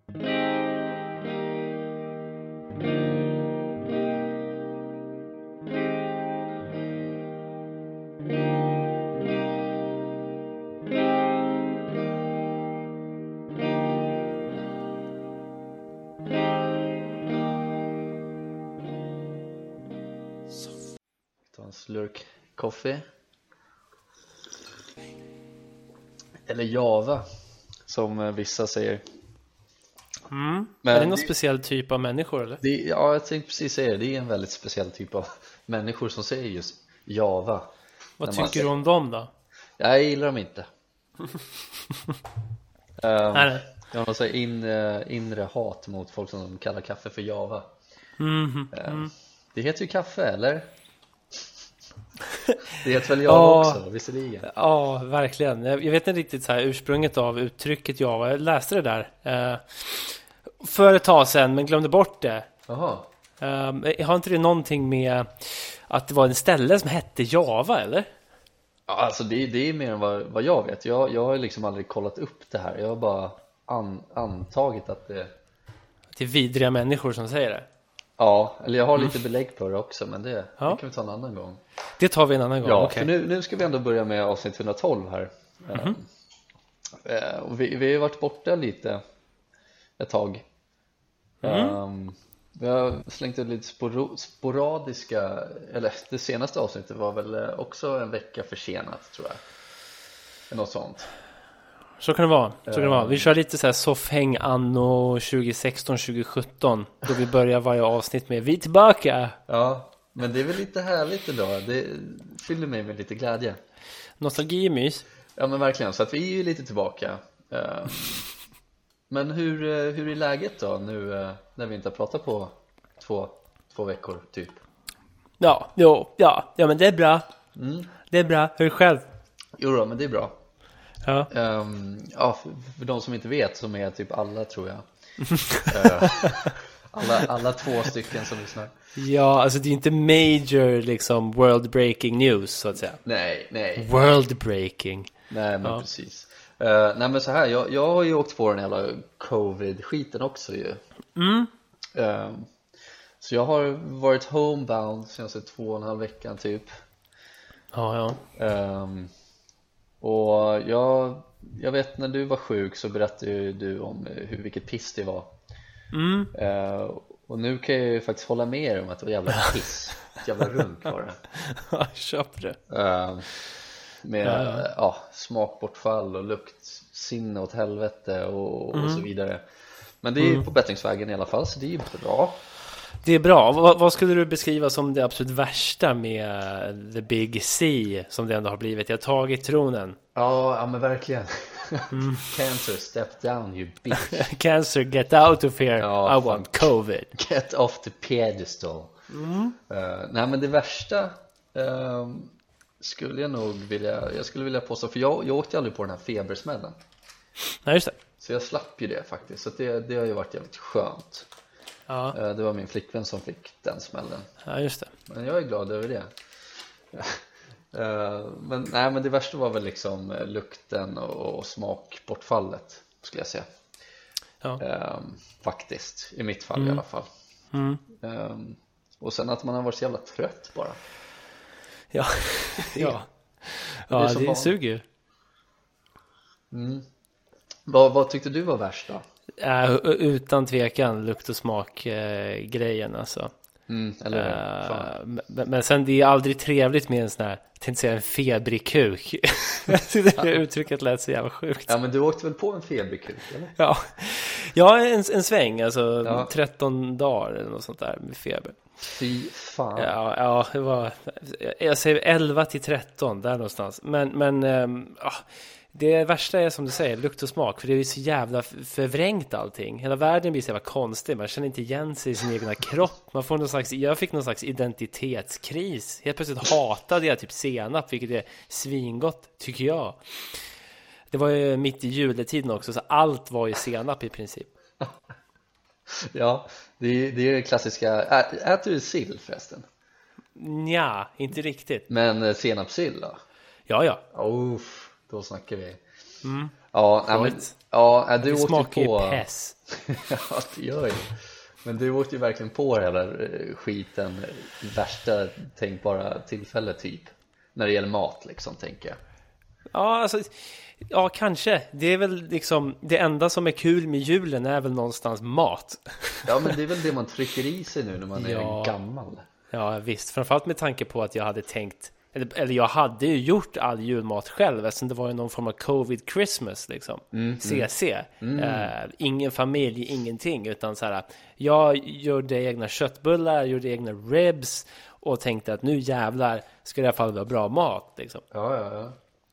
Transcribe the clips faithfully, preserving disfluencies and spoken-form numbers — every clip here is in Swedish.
En slurk kaffe. Eller Java, som vissa säger. Mm. Men är det någon det, speciell typ av människor eller? Det, ja, jag tänkte precis säga det. Det är en väldigt speciell typ av människor som säger just Java. Vad tycker säger, du om dem då? Jag gillar dem inte. um, nej. Jag har säga in, inre hat mot folk som kallar kaffe för Java. Mm, mm. um, Det heter ju kaffe, eller? Det heter väl Java ja, också, visserligen. Ja, verkligen. Jag vet inte riktigt så här ursprunget av uttrycket Java. Jag läste det där eh, för ett tag sedan, men glömde bort det. Jaha. eh, Har inte det någonting med att det var en ställe som hette Java, eller? Ja, alltså det, det är mer än vad, vad jag vet. Jag, jag har liksom aldrig kollat upp det här. Jag har bara an, antagit att det... Det är vidriga människor som säger det. Ja, eller jag har lite belägg på det också, men det, ja. det kan vi ta en annan gång. Det tar vi en annan gång, ja, okay. För nu, nu ska vi ändå börja med avsnitt hundratolv här. Mm-hmm. uh, och vi, vi har ju varit borta lite ett tag. Mm. um, Vi har slängt ut lite spor- sporadiska, eller det senaste avsnittet var väl också en vecka försenat, tror jag. Något sånt. Så kan det vara, så kan det vara. Vi kör lite så här soffhäng anno tjugo sexton tjugo sjutton, då vi börjar varje avsnitt med vi är tillbaka. Ja, men det är väl lite härligt idag. Det fyller mig med lite glädje. Nostalgi, mys. Ja, men verkligen, så att vi är ju lite tillbaka. Men hur, hur är läget då nu när vi inte har pratat på två, två veckor typ? Ja, jo, ja, ja men det är bra. Mm. Det är bra, hur är det själv? Jo då, men det är bra. Ja, um, ja för, för de som inte vet, som är typ alla, tror jag. uh, alla, alla två stycken som lyssnar. Ja, alltså det är inte major liksom world breaking news, så att säga. Nej, nej. World breaking. Nej, men ja. precis. uh, Nej, men så här, jag, jag har ju åkt på den hela covid-skiten också ju. Mm. uh, Så jag har varit homebound senaste två och en halv veckan typ. Ja, ja. um, Och jag, jag vet när du var sjuk så berättade ju du om hur, vilket piss det var. Mm. uh, Och nu kan jag ju faktiskt hålla med er om att det var jävla piss. Ett jävla runk var det. Ja, köp det. uh, Med ja, ja. Uh, ja, smakbortfall och lukt, sinne åt helvete och, mm. och så vidare. Men det är ju mm. på bättringsvägen i alla fall, så det är ju bra. Det är bra. Vad, vad skulle du beskriva som det absolut värsta med The Big C som det ändå har blivit? Jag har tagit tronen. Ja, ja men verkligen. Mm. Cancer, step down you bitch. Cancer, get out of here. Ja, I want covid. Get off the pedestal. Mm. uh, Nej, men det värsta uh, skulle jag nog vilja, jag skulle vilja påstå, för jag, jag åkte aldrig på den här febersmällen. Nej, just det. Så jag slapp ju det faktiskt. Så det, det har ju varit jävligt skönt. Ja. uh, Det var min flickvän som fick den smällen. Ja, just det. Men jag är glad över det. uh, Men nej, men det värsta var väl liksom lukten och, och smakbortfallet, skulle jag säga. Ja. uh, Faktiskt, i mitt fall mm. i alla fall. mm. uh, Och sen att man har varit så jävla trött bara. Ja, det, ja. det, ja, det det suger. mm. vad, vad tyckte du var värst då? Uh, utan tvekan lukt och smak uh, grejen alltså. Mm, eller uh, men, men sen det är aldrig trevligt med en sån här, jag tänkte säga en febrig kuk. Det uttrycket lät så jävla sjukt. Ja, men du åkte väl på en febrig kuk, eller? Ja, ja en, en sväng, alltså ja. tretton dagar eller något sånt där med feber. Fy fan. Ja, ja, det var, jag säger elva till tretton där någonstans. Men, men um, ja, det värsta är som du säger, lukt och smak. För det är så jävla förvrängt allting. Hela världen blir så jävla konstig. Man känner inte igen sig i sin egna kropp. Man får någon slags, jag fick någon slags identitetskris. Helt plötsligt hatade jag typ senap, vilket är svingott, tycker jag. Det var ju mitt i juletiden också, så allt var ju senap i princip. Ja, det är, det är det klassiska. Ä, äter du sill förresten? Nja, inte riktigt. Men senapssill då? Ja, ja. Oh, då snackar vi. Mm. Ja, nej, men, ja, du det åkte smakar på ju pess. Ja, det gör ju. Men du åkte ju verkligen på hela eh, skiten värsta tänkbara tillfälle typ. När det gäller mat liksom, tänker jag. Ja, alltså, ja, kanske. Det är väl liksom det enda som är kul med julen är väl någonstans mat. Ja, men det är väl det man trycker i sig nu när man är Ja. gammal. Ja, visst. Framförallt med tanke på att jag hade tänkt, eller, eller jag hade ju gjort all julmat själv, eftersom det var ju någon form av covid Christmas liksom. Mm, C C. Mm. Eh, ingen familj, ingenting, utan så här, jag gjorde egna köttbullar, gjorde egna ribs och tänkte att nu jävlar ska det i alla fall vara bra mat liksom. Ja, ja, ja.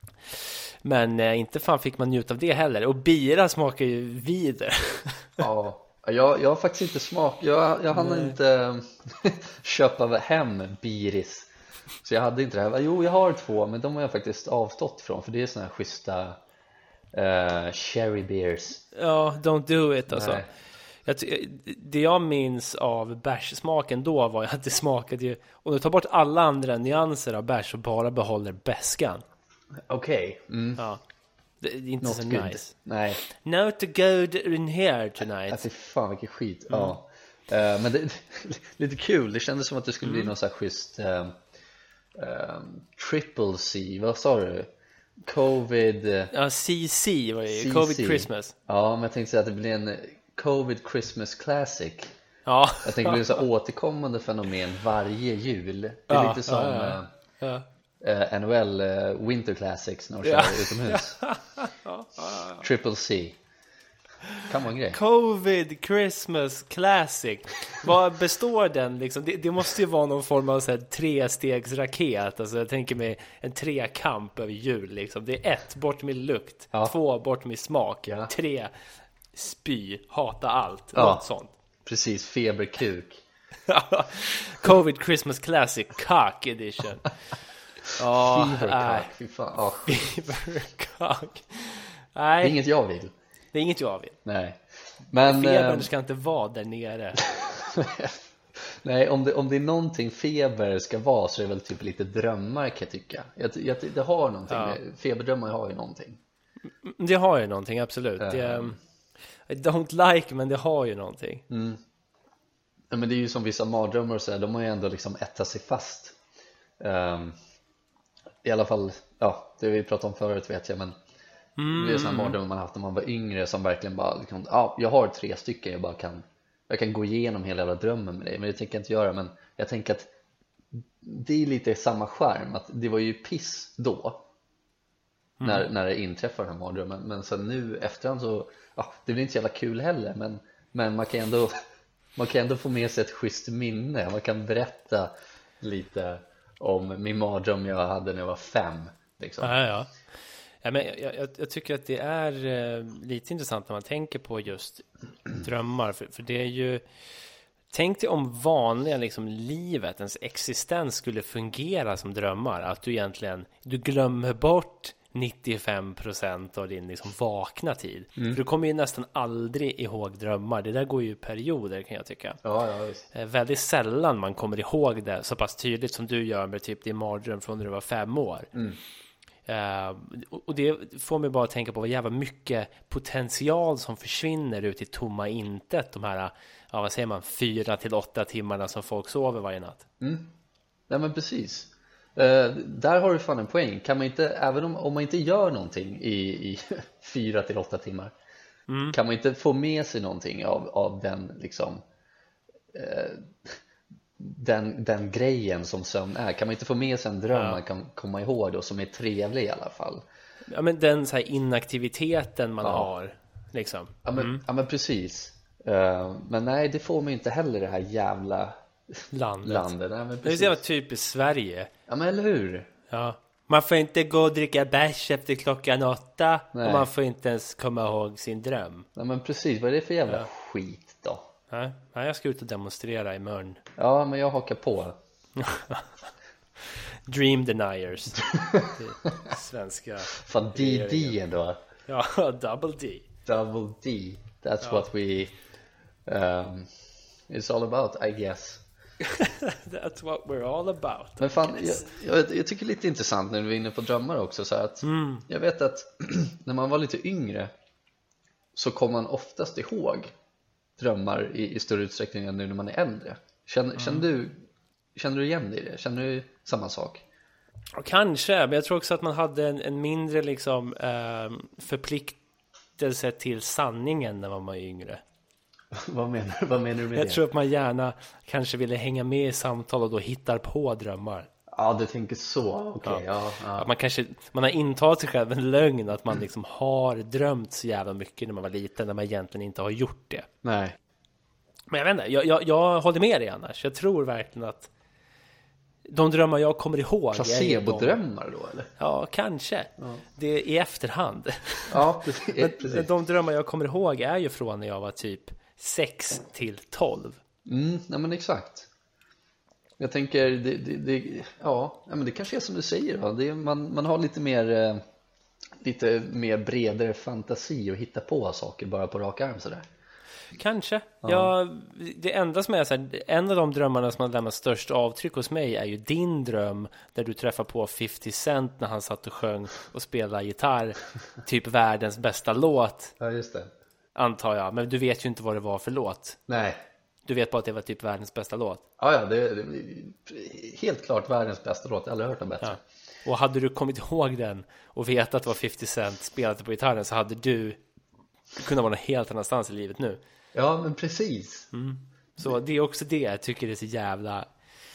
Men eh, inte fan fick man njuta av det heller. Och bira smakar ju vidare. Ja. Jag, jag har faktiskt inte smak. Jag, jag hann inte köpa hem biris. Så jag hade inte det här. Jo, jag har två, men de har jag faktiskt avstått från. För det är såna här schyssta uh, cherry beers. Ja, don't do it alltså. Nej. Jag ty- det jag minns av bärssmaken då var att det smakade ju, om du tar bort alla andra nyanser av bärs och bara behåller bäskan. Okej. Okay. Mm. Ja. Det är inte Not så good. nice. Nej. Not good in here tonight. Alltså fan vilken skit. Mm. Ja. Uh, men det, lite kul. Det kändes som att det skulle bli Mm. någon så här schysst uh, um, triple C. Vad sa du? Covid. Uh, Ja, C C var det ju. C C. Covid Christmas. Ja, men jag tänkte säga att det blir en Covid Christmas Classic. Ja. Jag tänker det blir så återkommande fenomen varje jul. Det är Ja, lite som ja, ja. Ja. Uh, N H L uh, Winter Classics när de kör Ja. utomhus. Triple C. Kan vara en grej. Covid Christmas Classic. Vad består den liksom? Det, det måste ju vara någon form av så här trestegsraket. Alltså jag tänker mig en trekamp över jul liksom. Det är ett, bort med lukt. Ja. Två, bort med smak. Ja. Tre, spy, hata allt. Ja. Något sånt. Precis, feberkuk. Covid Christmas Classic Cock Edition. Ja, nej. Feverkuk, fy fan. Ja, Fevercock. det är Nej, inget jag vill. det är inget jag vill. Nej. Men Febern eh, ska inte vara där nere. nej, om det, om det är någonting feber ska vara så är det väl typ lite drömmar kan jag tycka. Jag, jag, det har någonting. Ja. Feberdrömmar har ju någonting. Det har ju någonting, absolut. Det, Um. I don't like, men det har ju någonting. Mm. Ja, men det är ju som vissa mardrömmar och så här, de har ju ändå liksom ettat sig fast. Um, I alla fall, ja, det vi pratade om förut vet jag, men Mm. det är sådana mardrömmar man haft när man var yngre som verkligen bara liksom, ja, jag har tre stycken, jag bara kan jag kan gå igenom hela jävla drömmen med dig, men det tänker jag inte göra. Men jag tänker att det är lite samma skärm, att det var ju piss då mm. när, när det inträffar den här mardrömmen, men sen nu efterhand så, ja, det blir inte så jävla kul heller, men, men man kan ändå man kan ändå få med sig ett schysst minne. Man kan berätta lite om min mardröm jag hade när jag var fem liksom. Ja, ja. Ja, men jag, jag, jag tycker att det är eh, lite intressant när man tänker på just drömmar, för, för det är ju, tänk dig om vanliga liksom, livet, ens existens skulle fungera som drömmar, att du egentligen du glömmer bort nittiofem procent av din liksom, vakna tid. Mm. För du kommer ju nästan aldrig ihåg drömmar. Det där går ju i perioder kan jag tycka. Ja, ja, visst. Eh, väldigt sällan man kommer ihåg det så pass tydligt som du gör med typ din mardröm från när du var fem år. Mm. Uh, och det får mig bara att tänka på vad jävla mycket potential som försvinner ut i tomma intet, de här, ja, vad säger man, fyra till åtta timmarna som folk sover varje natt. Mm. Nej, men precis. Uh, där har du fan en poäng. Kan man inte, även om, om man inte gör någonting i, i fyra till åtta timmar, mm. kan man inte få med sig någonting av, av den liksom uh, Den, den grejen som sömn är? Kan man inte få med sig en dröm ja. man kan komma ihåg då, som är trevlig i alla fall? Ja, men den så här inaktiviteten man ja. har liksom. Ja, men, mm. ja, men precis. uh, Men nej, det får man inte heller, det här jävla landet, landet. Nej, men det är så jävla typiskt Sverige. Ja, men eller hur? Ja. Man får inte gå och dricka bärs efter klockan åtta. Nej. Och man får inte ens komma ihåg sin dröm. Ja, men precis, vad är det för jävla ja. skit då? Nej, nej, jag ska ut och demonstrera i Mörn. Ja, men jag hakar på. Dream deniers. Svenska. Fan, D D ändå. Ja, double D. Double D. That's ja. what we um, it's all about, I guess. That's what we're all about. Men fan, jag, jag, jag tycker lite intressant när du är inne på drömmar också, så att mm. jag vet att när man var lite yngre så kom man oftast ihåg drömmar i, i större utsträckning än nu när man är äldre. Känner, mm. känner, du, känner du igen dig i det? Känner du samma sak? Och kanske, men jag tror också att man hade en, en mindre liksom, eh, förpliktelse till sanningen när man var yngre. vad, menar, vad menar du med jag det? tror att man gärna kanske ville hänga med i samtal och då hittar på drömmar. Ja, du tänker så. Okej, okay, ja. Ja, ja. Man kanske man har intalat sig själv en lögn att man liksom har drömt så jävla mycket när man var liten när man egentligen inte har gjort det. Nej. Men jag vet inte, jag, jag, jag håller med dig annars. Jag tror verkligen att de drömmar jag kommer ihåg placebo-drömmar då, eller? Ja, kanske. Ja. Det är i efterhand. Ja, precis. Men, precis. de drömmar jag kommer ihåg är ju från när jag var typ sex till tolv. Mm, nej men exakt. Jag tänker, det, det, det, ja, men det kanske är som du säger. Va? Det är, man, man har lite mer, eh, lite mer bredare fantasi och hitta på saker bara på rak arm sådär. Kanske. Ja. Ja, det enda som är så här, en av de drömmarna som har lämnat störst avtryck hos mig är ju din dröm där du träffar på fifty Cent när han satt och sjöng och spelade gitarr, typ världens bästa låt. Ja, just det. Antar jag, men du vet ju inte vad det var för låt. Nej. Du vet bara att det var typ världens bästa låt. Ja, ja, det, det helt klart världens bästa låt. Jag har aldrig hört den bättre. Ja. Och hade du kommit ihåg den och vetat vad fifty Cent spelade på gitarren så hade du kunnat vara någon helt annanstans i livet nu. Ja, men precis. Mm. Så det är också det jag tycker det är så jävla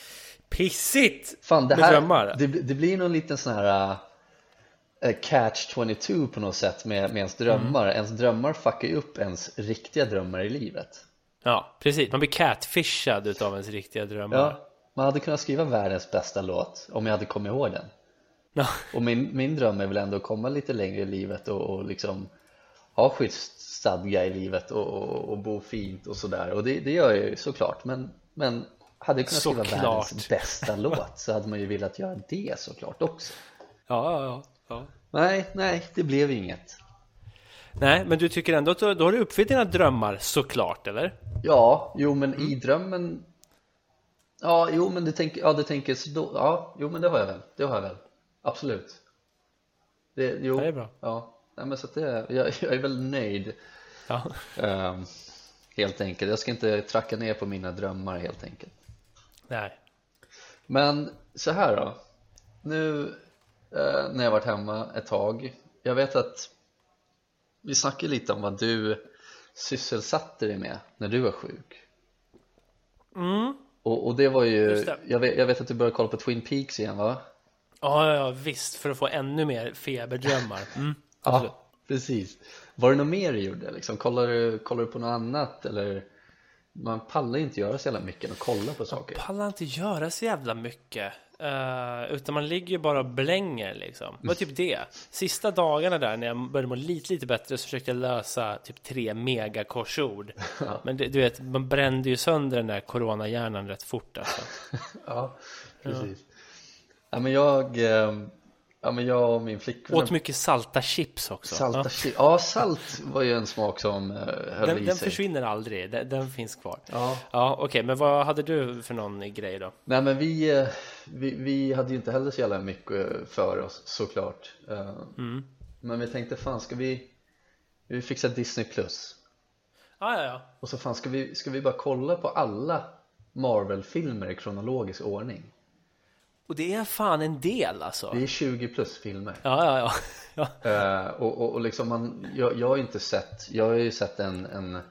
pissigt. Fan, det med här, drömmar. Det, det blir någon liten sån här uh, catch tjugotvå på något sätt med, med ens drömmar. Mm. Ens drömmar fuckar ju upp ens riktiga drömmar i livet. Ja, precis. Man blir catfishad utav ens riktiga drömmar. Ja, man hade kunnat skriva världens bästa låt om jag hade kommit ihåg den. Ja. Och min, min dröm är väl ändå att komma lite längre i livet och, och liksom ha schysst stadga i livet och, och, och bo fint och sådär. Och det, det gör jag ju såklart. Men, men hade jag kunnat skriva såklart. världens bästa låt så hade man ju velat göra det såklart också. Ja, ja, ja, ja. Nej, nej, det blev inget. Nej, men du tycker ändå att du, då har du uppfyllt dina drömmar såklart, eller? Ja, jo men mm. i drömmen. Ja, jo men du tänker, ja, du tänker så då, ja, jo men det har jag väl. Det har jag väl. Absolut. Det, jo, det är bra. Ja. Nej, men så att det, jag, jag är väl nöjd. Ja. Um, helt enkelt. Jag ska inte tracka ner på mina drömmar helt enkelt. Nej. Men så här då. Nu eh, när jag varit hemma ett tag. Jag vet att vi snackade lite om vad du sysselsatte dig med när du var sjuk. Mm. Och, och det var ju det. jag, vet, jag vet att du började kolla på Twin Peaks igen, va? Ja, ja, visst. För att få ännu mer feberdrömmar. Mm. Ja, precis. Var det något mer du gjorde? Liksom, kollar, du, kollar du på något annat? Eller man pallar inte göra så jävla mycket och kolla på saker. Man pallar inte göra så jävla mycket. Uh, utan man ligger ju bara och blänger liksom. Det var typ det. Sista dagarna där när jag började må lite, lite bättre så försökte jag lösa typ tre megakorsord. Ja. Men det, du vet, man brände ju sönder den där coronahjärnan rätt fort alltså. Ja, precis. Ja. Ja, men jag... Eh... Ja, men jag och min flickvän åt mycket salta chips också. Salta ja. chips. Ja, salt var ju en smak som uh, höll den, i den sig. försvinner aldrig, den, den finns kvar. Ja, ja okej, okay. Men vad hade du för någon grej då? Nej, men vi, vi, vi hade ju inte heller så jävla mycket för oss, såklart. Mm. Men vi tänkte, fan ska vi Vi fixar Disney Plus. Ah, ja, ja. Och så fan, ska vi, ska vi bara kolla på alla Marvel-filmer i kronologisk ordning. Och det är fan en del alltså. Det är tjugo plus filmer. Ja, ja, ja, ja. uh, och, och, och liksom man, jag, jag har inte sett Jag har ju sett en En,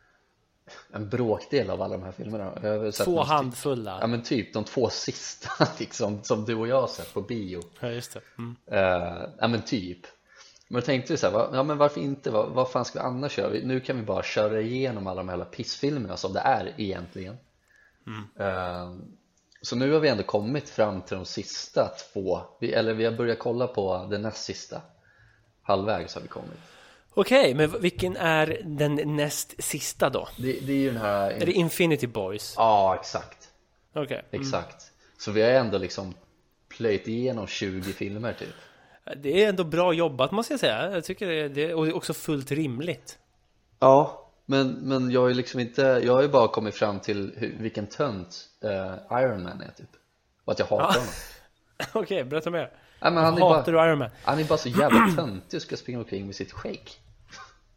en bråkdel av alla de här filmerna. Jag har sett två handfulla. Ja, men typ de två sista liksom, som du och jag har sett på bio. Ja, just det. Mm. uh, Ja, men typ. Men då tänkte vi så här, va, ja men varför inte, vad, vad fan ska vi annars göra? Nu kan vi bara köra igenom alla de här pissfilmerna som det är egentligen. Mm. uh, Så nu har vi ändå kommit fram till de sista två vi, Eller vi har börjat kolla på den näst sista. Halvvägs har vi kommit. Okej, okay, men vilken är den näst sista då? Det, det är ju den här... Är det Infinity Boys? Ja, exakt. Okej. Okay. Mm. Exakt. Så vi har ändå liksom plöjt igenom tjugo filmer typ. Det är ändå bra jobbat måste jag säga. Jag tycker det, det är också fullt rimligt. Ja, men, men jag är liksom inte Jag har ju bara kommit fram till hur, vilken tönt uh, Iron Man är typ. Och att jag hatar honom. Okej, okay, berätta mer. Nej, men han hatar är bara, du Iron Man? Han är bara så jävla töntig och ska springa omkring med sitt skägg.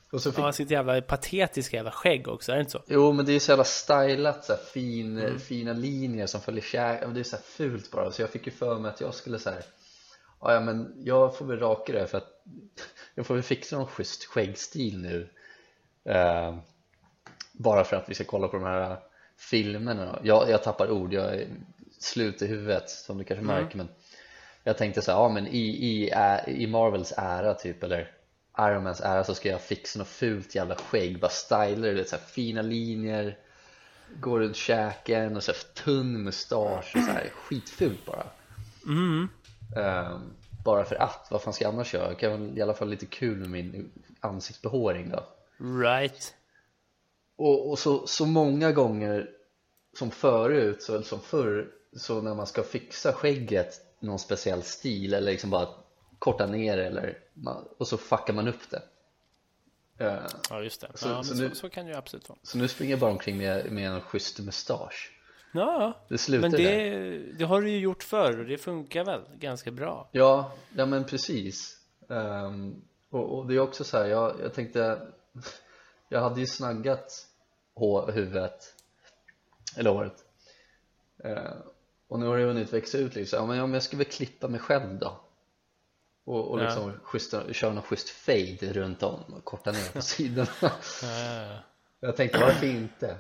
Och så fick... Ja, sitt jävla patetiska jävla skägg också, är det inte så? Jo, men det är så jävla stylat, så här, fin, mm. fina linjer som följer käk. Det är så här fult bara. Så jag fick ju för mig att jag skulle så här, ja men jag får väl raka det för att jag får väl fixa någon schysst skäggstil nu. Uh, bara för att vi ska kolla på de här filmerna. Jag, jag tappar ord, jag är slut i huvudet som du kanske märker, mm. men jag tänkte så här, ja men i, i, i Marvels ära typ, eller Iron Mans ära, så ska jag fixa något fult jävla skägg, bara styler det, så här fina linjer, går runt käken och så här tunn mustasch och så här skitfult bara. Mm. Um, bara för att, vad fan ska jag annars göra? Jag kan väl i alla fall lite kul med min ansiktsbehåring då. Right. Och, och så, så många gånger som förut, så, som förr, så när man ska fixa skägget någon speciell stil eller liksom bara korta ner eller, och så fuckar man upp det. Uh, ja just det, så, ja, så, men nu, så, så kan det ju absolut vara. Så nu springer jag bara omkring med, med en schysst mustasch. Ja, det men det, det har du ju gjort förr och det funkar väl ganska bra. Ja, ja men precis. um, och, och det är också så här, jag, jag tänkte, jag hade ju snaggat hår, huvudet eller håret, uh, och nu har det hunnit växa ut liksom. Ja, men om jag skulle väl klippa mig själv då och, och liksom ja. schyssta, köra någon schysst fade runt om och korta ner på sidorna. Ja, ja, ja. Jag tänkte, varför inte?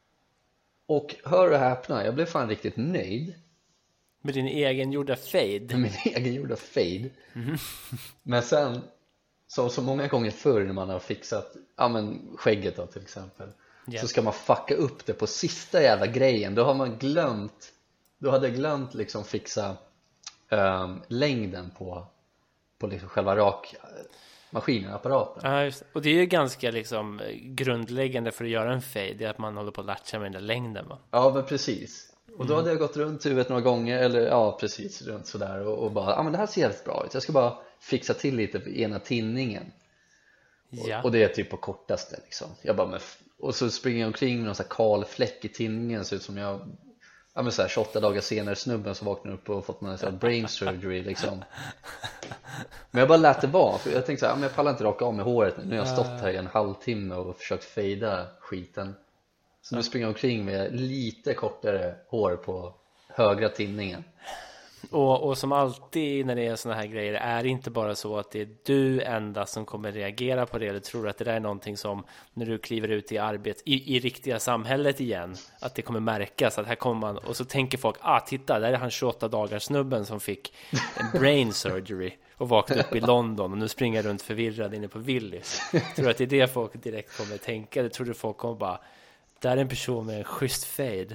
Och hör och häpna, jag blev fan riktigt nöjd med din egen gjorda fade. Med min egen gjorda fade. Mm-hmm. Men sen, så, så många gånger förr när man har fixat, ja men skägget då till exempel, yeah. så ska man fucka upp det på sista jävla grejen. Då har man glömt, då hade jag glömt liksom fixa um, längden på, på liksom själva rakmaskinen, apparaten. Ja, just det. Och det är ju ganska liksom grundläggande för att göra en fade, det är att man håller på att latcha med den där längden, va? Ja men precis. Och då hade jag gått runt huvudet några gånger, eller ja precis runt sådär, och, och bara, ja men det här ser helt bra ut, jag ska bara fixa till lite på ena tinningen. Ja. Och, och det är typ på kortaste liksom. Jag bara, med, och så springer jag omkring med någon sån här kal fläck i tinningen, så ut som jag, ja men såhär tjugoåtta dagar senare snubben som vaknar upp och fått någon sån här brain surgery liksom. Men jag bara lät det vara, för jag tänkte såhär, ja, men jag pallar inte raka av med håret nu. Nu har jag stått här i en halvtimme och försökt fejda skiten. Så nu springer jag omkring med lite kortare hår på högra tinningen. Och, och som alltid när det är såna här grejer, är det inte bara så att det är du enda som kommer reagera på det, eller tror att det där är någonting som när du kliver ut i arbete i, i riktiga samhället igen, att det kommer märkas att här kommer man, och så tänker folk, ah titta, där är han tjugoåtta dagars snubben som fick en brain surgery och vaknade upp i London och nu springer runt förvirrad inne på Willys. Tror att det är det folk direkt kommer tänka, eller tror du folk kommer bara, där är en person med en schysst fade.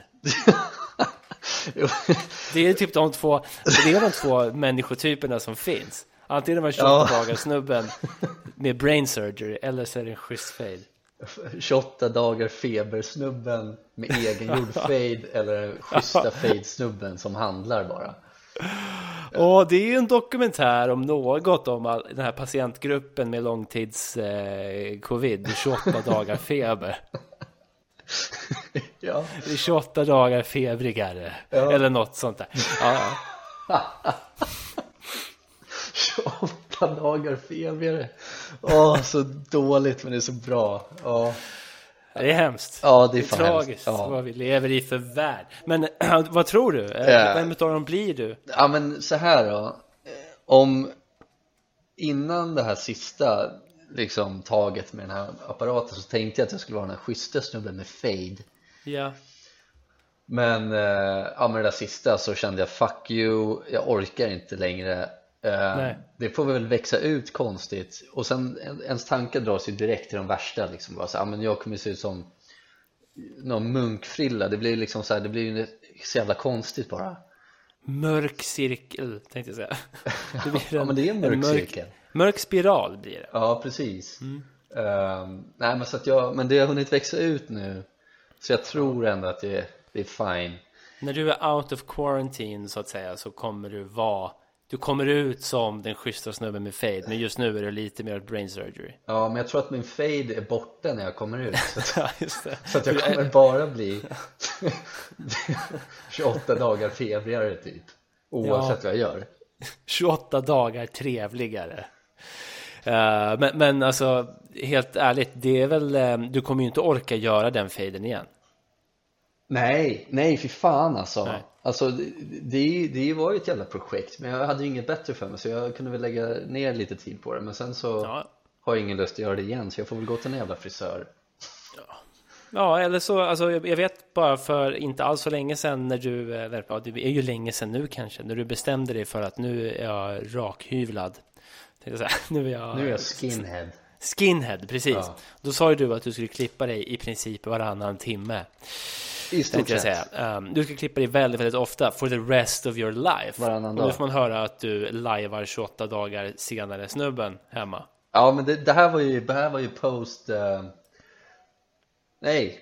Det är typ de två, det är de två människotyperna som finns. Antingen var tjugoåtta ja. dagars snubben med brain surgery, eller så är det en schysst fade. tjugoåtta dagar febersnubben med egen gjord fade, eller schyssta fade-snubben som handlar bara. Och det är ju en dokumentär om något om all, den här patientgruppen med långtids eh, covid, tjugoåtta dagar feber. Ja. Det är tjugoåtta dagar febrigare, ja. Eller något sånt där. Ja, ja. tjugoåtta dagar febrigare. Åh, så dåligt, men det är så bra. Åh. Det är hemskt. Ja, det är, det är tragiskt ja. Vad vi lever i för värld. Men vad tror du? Ja. Vem utav dem blir du? Ja, men så här då. Om innan det här sista liksom taget med den här apparaten, så tänkte jag att jag skulle vara den här schyssta snubben med fade. Ja. Men eh, ja, med det där sista så kände jag, fuck you, jag orkar inte längre. eh, Nej. Det får väl växa ut konstigt. Och sen ens tankar dras ju direkt till de värsta liksom. Bara så, ja, men jag kommer se ut som någon munkfrilla. Det blir liksom så här, det blir ju så jävla konstigt bara. Mörk cirkel tänkte jag säga. Det blir en, ja, men det är en mörk, en mörk cirkel. Mörk spiral blir det. Ja, precis. mm. um, Nej, men så att jag, men det har hunnit växa ut nu. Så jag tror ändå att det, det är fine. När du är out of quarantine så att säga, så kommer du vara, du kommer ut som den schyssta snubben med fade. Men just nu är det lite mer brain surgery. Ja, men jag tror att min fade är borta när jag kommer ut. Så att, ja, just det. Så att jag kommer bara bli tjugoåtta dagar febrigare typ. Oavsett ja. vad jag gör. tjugoåtta dagar trevligare. Uh, men, men alltså, helt ärligt, det är väl, um, du kommer ju inte orka göra den faden igen. Nej, nej för fan alltså. Nej. Alltså det, det, det var ju ett jävla projekt, men jag hade ju inget bättre för mig, så jag kunde väl lägga ner lite tid på det. Men sen så Ja. har jag ingen lust att göra det igen, så jag får väl gå till en jävla frisör. Ja, eller så, alltså jag jag vet bara för inte alls så länge sedan när du, eh, ja, det är ju länge sedan nu kanske, när du bestämde dig för att nu är jag rakhyvlad. Tänkte jag säga, nu är jag, Nu är jag skinhead. Skinhead, precis. Ja. Då sa ju du att du skulle klippa dig i princip varannan timme. I stort Tänkte jag sett. säga. Um, du ska klippa dig väldigt, väldigt ofta for the rest of your life. Varannan Och nu dag. får man höra att du lajvar tjugoåtta dagar senare snubben hemma. Ja, men det, det här var ju, det här var ju post eh, nej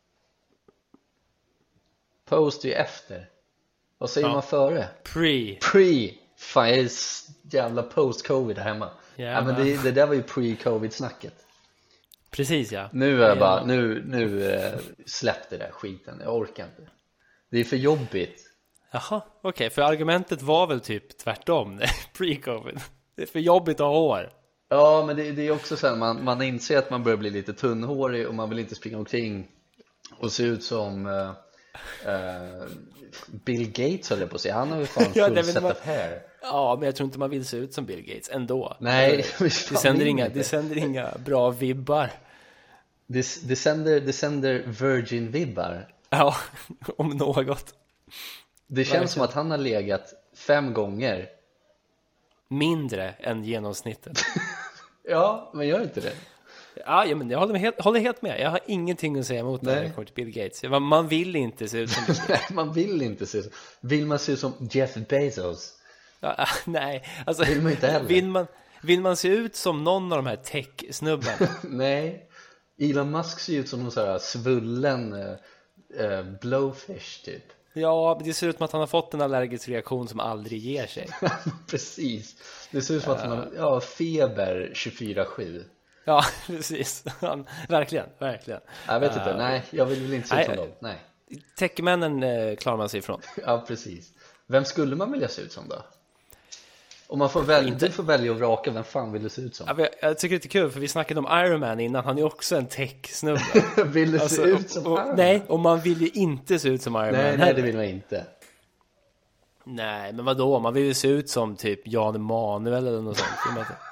post är ju efter. Vad säger Ja. man före? Pre. Pre. Fan, jag är s- jävla post-covid här hemma. Ja, Ja, men men- det, det där var ju pre-covid-snacket. Precis, ja. Nu är jag Ja. bara, nu, nu eh, släpp det där skiten, jag orkar inte. Det är för jobbigt. Jaha, okej, för argumentet var väl typ tvärtom. Pre-covid. Det är för jobbigt att ha hår. Ja, men det, det är också så här, man, man inser att man börjar bli lite tunnhårig och man vill inte springa omkring och se ut som eh, eh, Bill Gates, höll jag på att säga. Han har ju fan Ja, full det vill set man- of hair. Ja, men jag tror inte man vill se ut som Bill Gates ändå. Nej, Det sänder inga, det sänder inga bra vibbar. det, det, sänder, det sänder Virgin-vibbar. Ja, om något. Det känns Verkligen. som att han har legat fem gånger. Mindre än genomsnittet. Ja, men gör inte det. Ja, ja men jag håller, med, helt, håller helt med. Jag har ingenting att säga emot när Nej. det kommer till Bill Gates. Man, man vill inte se ut som Bill Gates. Nej, man vill inte se så. Vill man se ut som Jeff Bezos? Ja, nej, alltså, Vill man inte heller. vill man, vill man se ut som någon av de här tech-snubbarna? Nej. Elon Musk ser ut som någon sån här svullen eh, eh, blowfish typ. Ja, men det ser ut som att han har fått en allergisk reaktion som aldrig ger sig. Precis. Det ser ut som att han har ja, feber tjugofyra sju. Ja, precis. Han, verkligen, verkligen. Jag vet inte, Uh, nej, jag vill väl inte se ut som nej. dem. Nej. Techmännen eh, klarar man sig ifrån. Ja, precis. Vem skulle man vilja se ut som då? Om man får välja, Inte- du får välja och vraka, vem fan vill du se ut som? Ja, men jag, jag tycker det är kul för vi snackade om Iron Man innan. Han är också en tech-snubbe. Vill du Alltså, se ut som och, och, Iron Man? nej, och man vill ju inte se ut som Iron nej, Man nej, heller. det vill man inte. Nej, men vadå? Man vill ju se ut som typ Jan Emanuel eller något sånt. Vill man inte?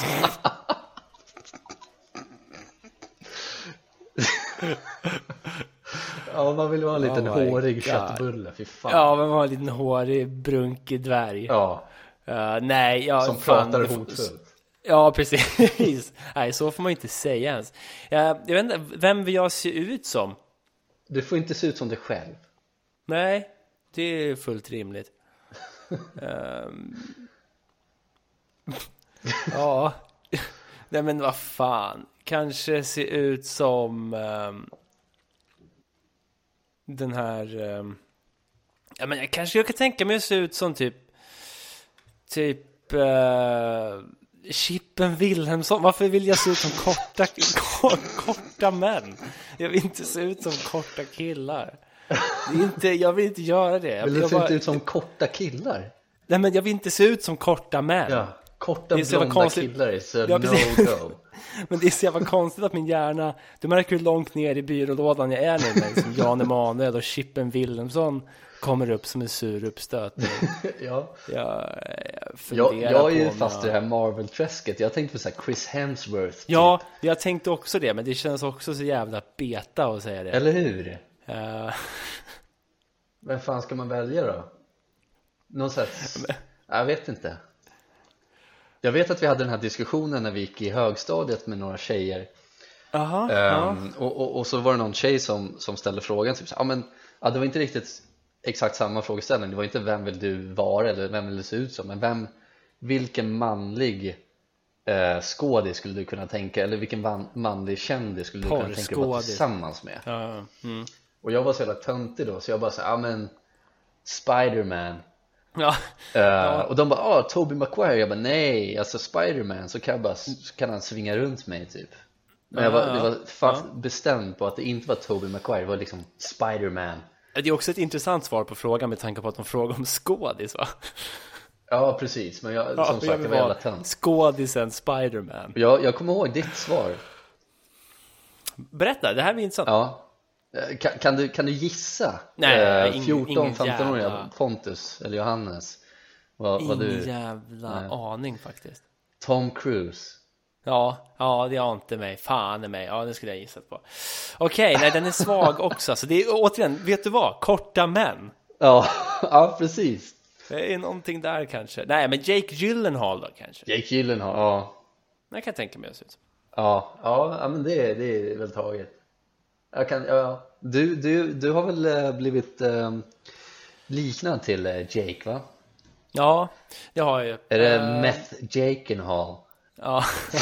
Ja, man vill vara en liten Oh my hårig God. köttbulle, fy fan. Ja, men man har en liten hårig, brunkig dvärg. Ja, Uh, nej, ja, som fan, pratar det får- hotfullt. Ja, precis. Nej, så får man inte säga ens. Jag, jag vet inte, vem vill jag se ut som? Du får inte se ut som dig själv. Nej, det är fullt rimligt. Ehm. Ja. Nej, men vad fan. Kanske se ut som ehm, den här ehm, ja, men jag kanske jag kan tänka mig att se ut som typ typ uh, Chippen Wilhelmsson. Varför vill jag se ut som korta kor, korta män? Jag vill inte se ut som korta killar. Det är inte, jag vill inte göra det. Jag, Vill du jag se bara- ut som korta killar? Nej, men jag vill inte se ut som korta män. Ja, korta Det är så jävla blonda konstigt. killar är så Ja, precis. no-go. Men det är så jävla konstigt att min hjärna, du märker hur långt ner i byrålådan jag är nu när liksom Jan Emanuel och Chippen Wilhelmsson kommer upp som en sur uppstöt. Ja. Jag, jag Jag, funderar jag är ju på om fast i det jag... här Marvel-träsket. Jag tänkte på så här Chris Hemsworth typ. Ja, jag tänkte också det, men det känns också så jävla beta att säga det. Eller hur? Uh, Vem fan ska man välja då? Någon slags... Jag vet inte. Jag vet att vi hade den här diskussionen när vi gick i högstadiet med några tjejer. aha, ja. Um, och, och, och så var det någon tjej som, som ställde frågan typ, så, ja, men, ja, det var inte riktigt exakt samma frågeställning. Det var inte vem vill du vara eller vem vill du se ut som, men vem, vilken manlig eh, skådis skulle du kunna tänka, eller vilken van, manlig kändis skulle du kunna tänka på att vara Porrskådis. tillsammans med? Ja, mm. Och jag var så jävla töntig då, så jag bara sa, ja men Spider-Man. Ja. Uh, och de bara, ah, Tobey Maguire. Jag bara, nej, alltså Spider-Man, så kan, jag bara, så kan han svinga runt mig typ. Men jag var, Ja, det var ja. fast bestämd på att det inte var Tobey Maguire, det var liksom Spider-Man. Det är också ett intressant svar på frågan med tanke på att de frågar om skådis, va? Ja, precis. Men jag, Ja, som sagt, jag var jävla tönt. Skådisen Spider-Man. Jag, jag kommer ihåg ditt svar. Berätta, det här är intressant. Ja. Kan, kan, du, kan du gissa? Nej, eh, ing- fjorton femton-åriga jävla- Pontus eller Johannes. Vad, vad Ingen du? jävla Nej. aning faktiskt. Tom Cruise. Ja, ja, det har inte mig. Fan är mig. Ja, det skulle jag gissat på. Okej, nej, den är svag också. Så det är återigen, vet du vad? Korta män. Ja, ja, precis. Det är någonting där kanske. Nej, men Jake Gyllenhaal då kanske. Jake Gyllenhaal, ja. Jag kan tänka mig att se ut. Ja, ja, ja men det, det är väl taget. Jag kan, ja. du, du, du har väl eh, blivit eh, liknad till eh, Jake, va? Ja, det har jag ju. Är det Eh, Meth Jakenhall? Ja.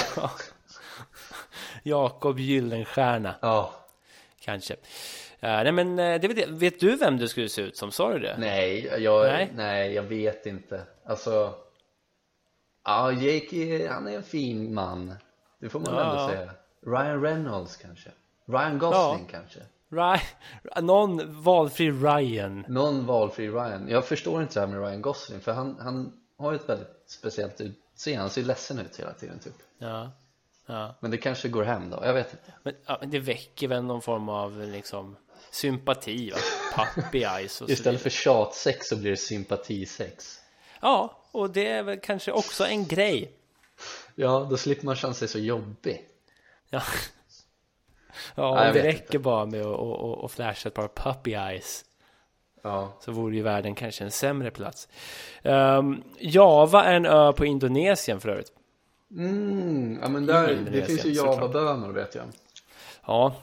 Jakob Gyllenstierna Ja. kanske. Uh, nej men uh, det vet, vet du vem du skulle se ut som? Sa du det? Nej, jag, Nej. nej. jag vet inte. Alltså, ja, Jake är, han är en fin man. Det får man Ja. ändå säga. Ryan Reynolds kanske. Ryan Gosling kanske. Ry- någon valfri Ryan. Någon valfri Ryan. Jag förstår inte det här med Ryan Gosling, för han, han har ju ett väldigt speciellt utseende. Han ser ledsen ut hela tiden typ. Ja. Ja. Men det kanske går hem då, jag vet inte. Men, ja, men det väcker väl någon form av liksom sympati, va? Puppy eyes och så Istället för vidare. tjatsex så blir det sympatisex. Ja, och det är väl kanske också en grej. Ja, då slipper man känna sig så jobbig. Ja, ja Nej, jag om det vet räcker bara med att och, och, och flasha ett par puppy eyes, Ja, så vore ju världen kanske en sämre plats. um, Java är en ö på Indonesien för övrigt. mm, ja men där, det Indonesien, finns ju såklart. Java-bönor vet jag. Ja,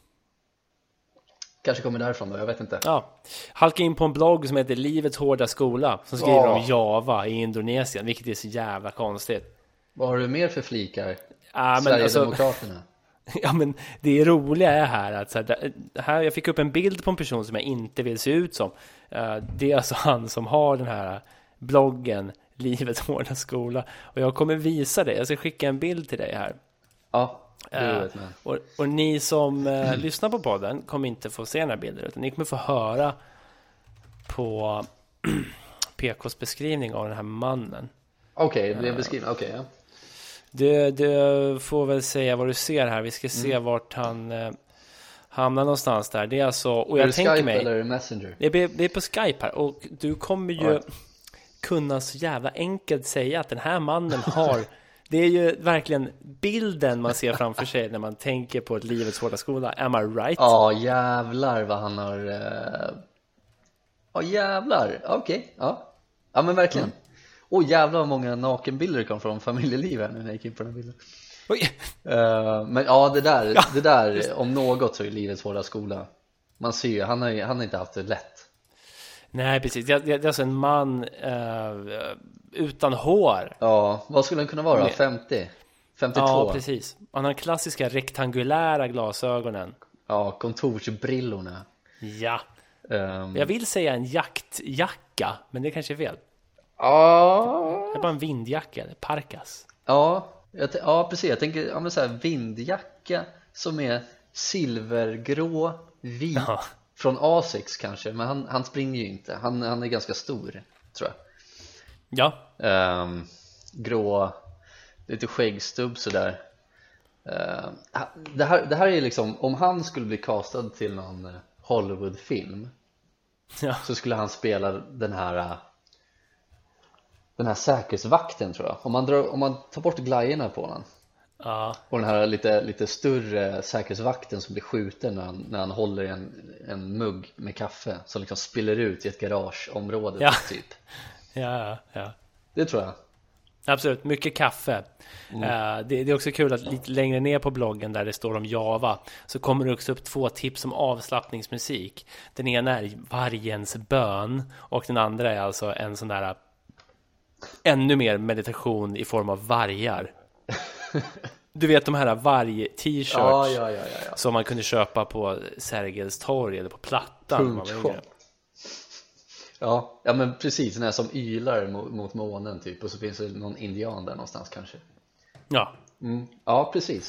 Kanske kommer därifrån då, jag vet inte. ja. Halka in på en blogg som heter Livets hårda skola, som skriver Ja. om Java i Indonesien, vilket är så jävla konstigt. Vad har du mer för flikar? Ja, men alltså, Sverigedemokraterna. ja, men det roliga är här att så här, det- här, jag fick upp en bild på en person som jag inte vill se ut som. Eh, det är alltså han som har den här bloggen Livets hårda skola, och jag kommer visa dig. Jag ska skicka en bild till dig här. Ja, det är Eh, rätt med. och, och ni som eh, lyssnar på podden kommer inte få se den här bilden, utan ni kommer få höra på P K:s beskrivning av den här mannen. Okej, det blir en beskrivning, okej ja. Du, du får väl säga vad du ser här. Vi ska se Mm. vart han eh, hamnar någonstans där. Det är alltså, och Är jag det tänker Skype mig, eller är det Messenger? det är, det är på Skype här, och du kommer ju Ja. kunna så jävla enkelt säga att den här mannen har, det är ju verkligen bilden man ser framför sig när man tänker på ett Livets hårda skola. Am I right? Ja, jävlar vad han har eh, Ja, jävlar, okej, ja. Ja men verkligen. Åh jävlar vad många nakenbilder det kom från familjelivet nu när jag gick in på den bilden. Oj. Eh, Men ja, det där, Ja, det där om något så är Livets hårda skola. Man ser ju, han har, ju- han har inte haft det lätt. Nej, precis. Det, det, det är alltså en man eh, utan hår. Ja, vad skulle han kunna vara? Med- femtio? femtiotvå? Ja, precis. Han har klassiska rektangulära glasögonen. Ja, kontorsbrillorna. Ja. Ehm, Jag vill säga en jaktjacka, men det kanske är fel. Ja, Det är bara en vindjacka, eller parkas. ja, jag t- ja, precis. Jag tänker ja, men så här, vindjacka som är silvergrå, vit, Ja. från Asics kanske. Men han, han springer ju inte. Han, han är ganska stor, tror jag. Ja, Ehm, grå, lite skäggstubb sådär. Ehm, ha- det, här, det här är liksom, om han skulle bli castad till någon eh, Hollywoodfilm ja. så skulle han spela den här eh, den här säkerhetsvakten, tror jag. Om man, drar, om man tar bort glajjorna på honom Ja, och den här lite, lite större säkerhetsvakten som blir skjuten när han, när han håller i en, en mugg med kaffe som liksom spiller ut i ett garageområde Ja. typ. ja, ja. Det tror jag. Absolut, mycket kaffe. Mm. Eh, det, det är också kul att lite längre ner på bloggen där det står om Java, så kommer det också upp två tips om avslappningsmusik. Den ena är vargens bön, och den andra är alltså en sån där ännu mer meditation i form av vargar. Du vet de här varg-t-shirts Ja, ja, ja, ja, ja. som man kunde köpa på Sergels torg eller på Plattan. när man var Punktshop. yngre. Ja, ja men precis, den här som ylar mot, mot månen typ. Och så finns det någon indian där någonstans kanske. Ja, mm. Ja, precis.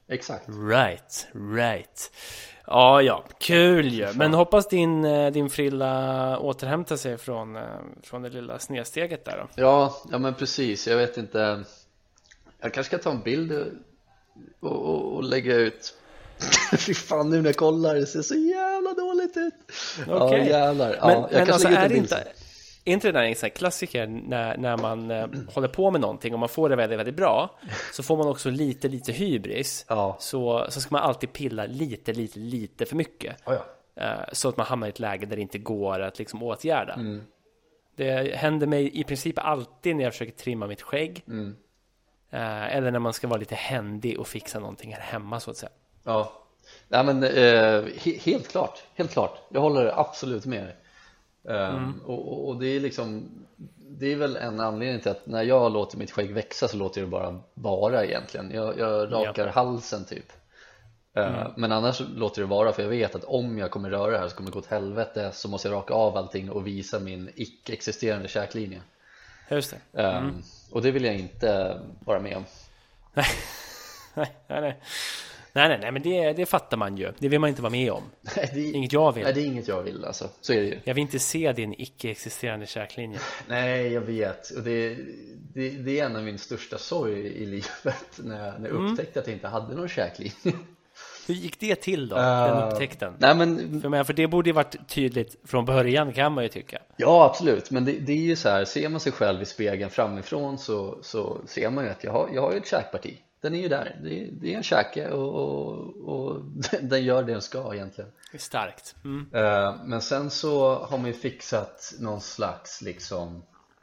Exakt. Right, right. Ja, ja, kul ju. Men hoppas din, din frilla återhämtar sig från, från det lilla snedsteget där då. Ja, ja men precis. Jag vet inte. Jag kanske ska ta en bild och, och, och lägga ut. Fy fan, nu när jag kollar, det ser så jävla dåligt ut. Okay. Ja, jävlar. Ja, men jag men alltså är det inte... Är inte det där en sån här klassiker när, när man eh, håller på med någonting och man får det väldigt, väldigt bra, så får man också lite, lite hybris. Ja. Så, så ska man alltid pilla lite, lite, lite för mycket. Oh, ja. eh, så att man hamnar i ett läge där det inte går att liksom åtgärda. Mm. Det händer mig i princip alltid när jag försöker trimma mitt skägg. Mm. Eh, eller när man ska vara lite händig och fixa någonting här hemma så att säga. Ja, nej men eh, he- helt klart, helt klart. Jag håller absolut med dig. Um, mm. och, och det är liksom, det är väl en anledning till att när jag låter mitt skägg växa så låter det bara vara egentligen. Jag, jag rakar ja. halsen typ. Uh, mm. Men annars låter det vara, för jag vet att om jag kommer röra det här så kommer det gå åt helvete, så måste jag raka av allting och visa min icke-existerande käklinje. Just det. Mm. Um, och det vill jag inte vara med om. nej, nej, nej. Nej, nej, nej, men det, det fattar man ju. Det vill man inte vara med om. Nej, det är inget jag vill. Nej, det är inget jag vill alltså. Så är det ju. Jag vill inte se din icke-existerande käklinje. Nej, jag vet. Och det, det, det är en av min största sorg i livet, när jag, när jag upptäckte mm. att jag inte hade någon käklinje. Hur gick det till då, uh, den upptäckten? Nej, men, för, mig, för det borde ju varit tydligt från början, kan man ju tycka. Ja, absolut. Men det, det är ju så här, ser man sig själv i spegeln framifrån så, så ser man ju att jag har, jag har ju ett käkparti. Den är ju där, det, det är en käke och, och, och den gör det den ska egentligen. Det är starkt. Mm. uh, Men sen så har man ju fixat någon slags liksom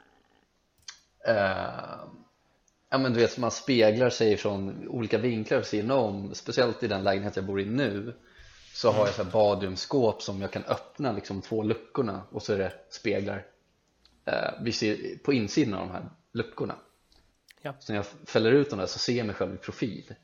uh, ja men du vet, man speglar sig från olika vinklar och ser om. Speciellt i den lägenhet jag bor i nu, så har jag så här badrumsskåp som jag kan öppna liksom två luckorna, och så är det speglar uh, vi ser på insidan av de här luckorna. Ja. Så när jag fäller ut dem där så ser jag mig själv i profil.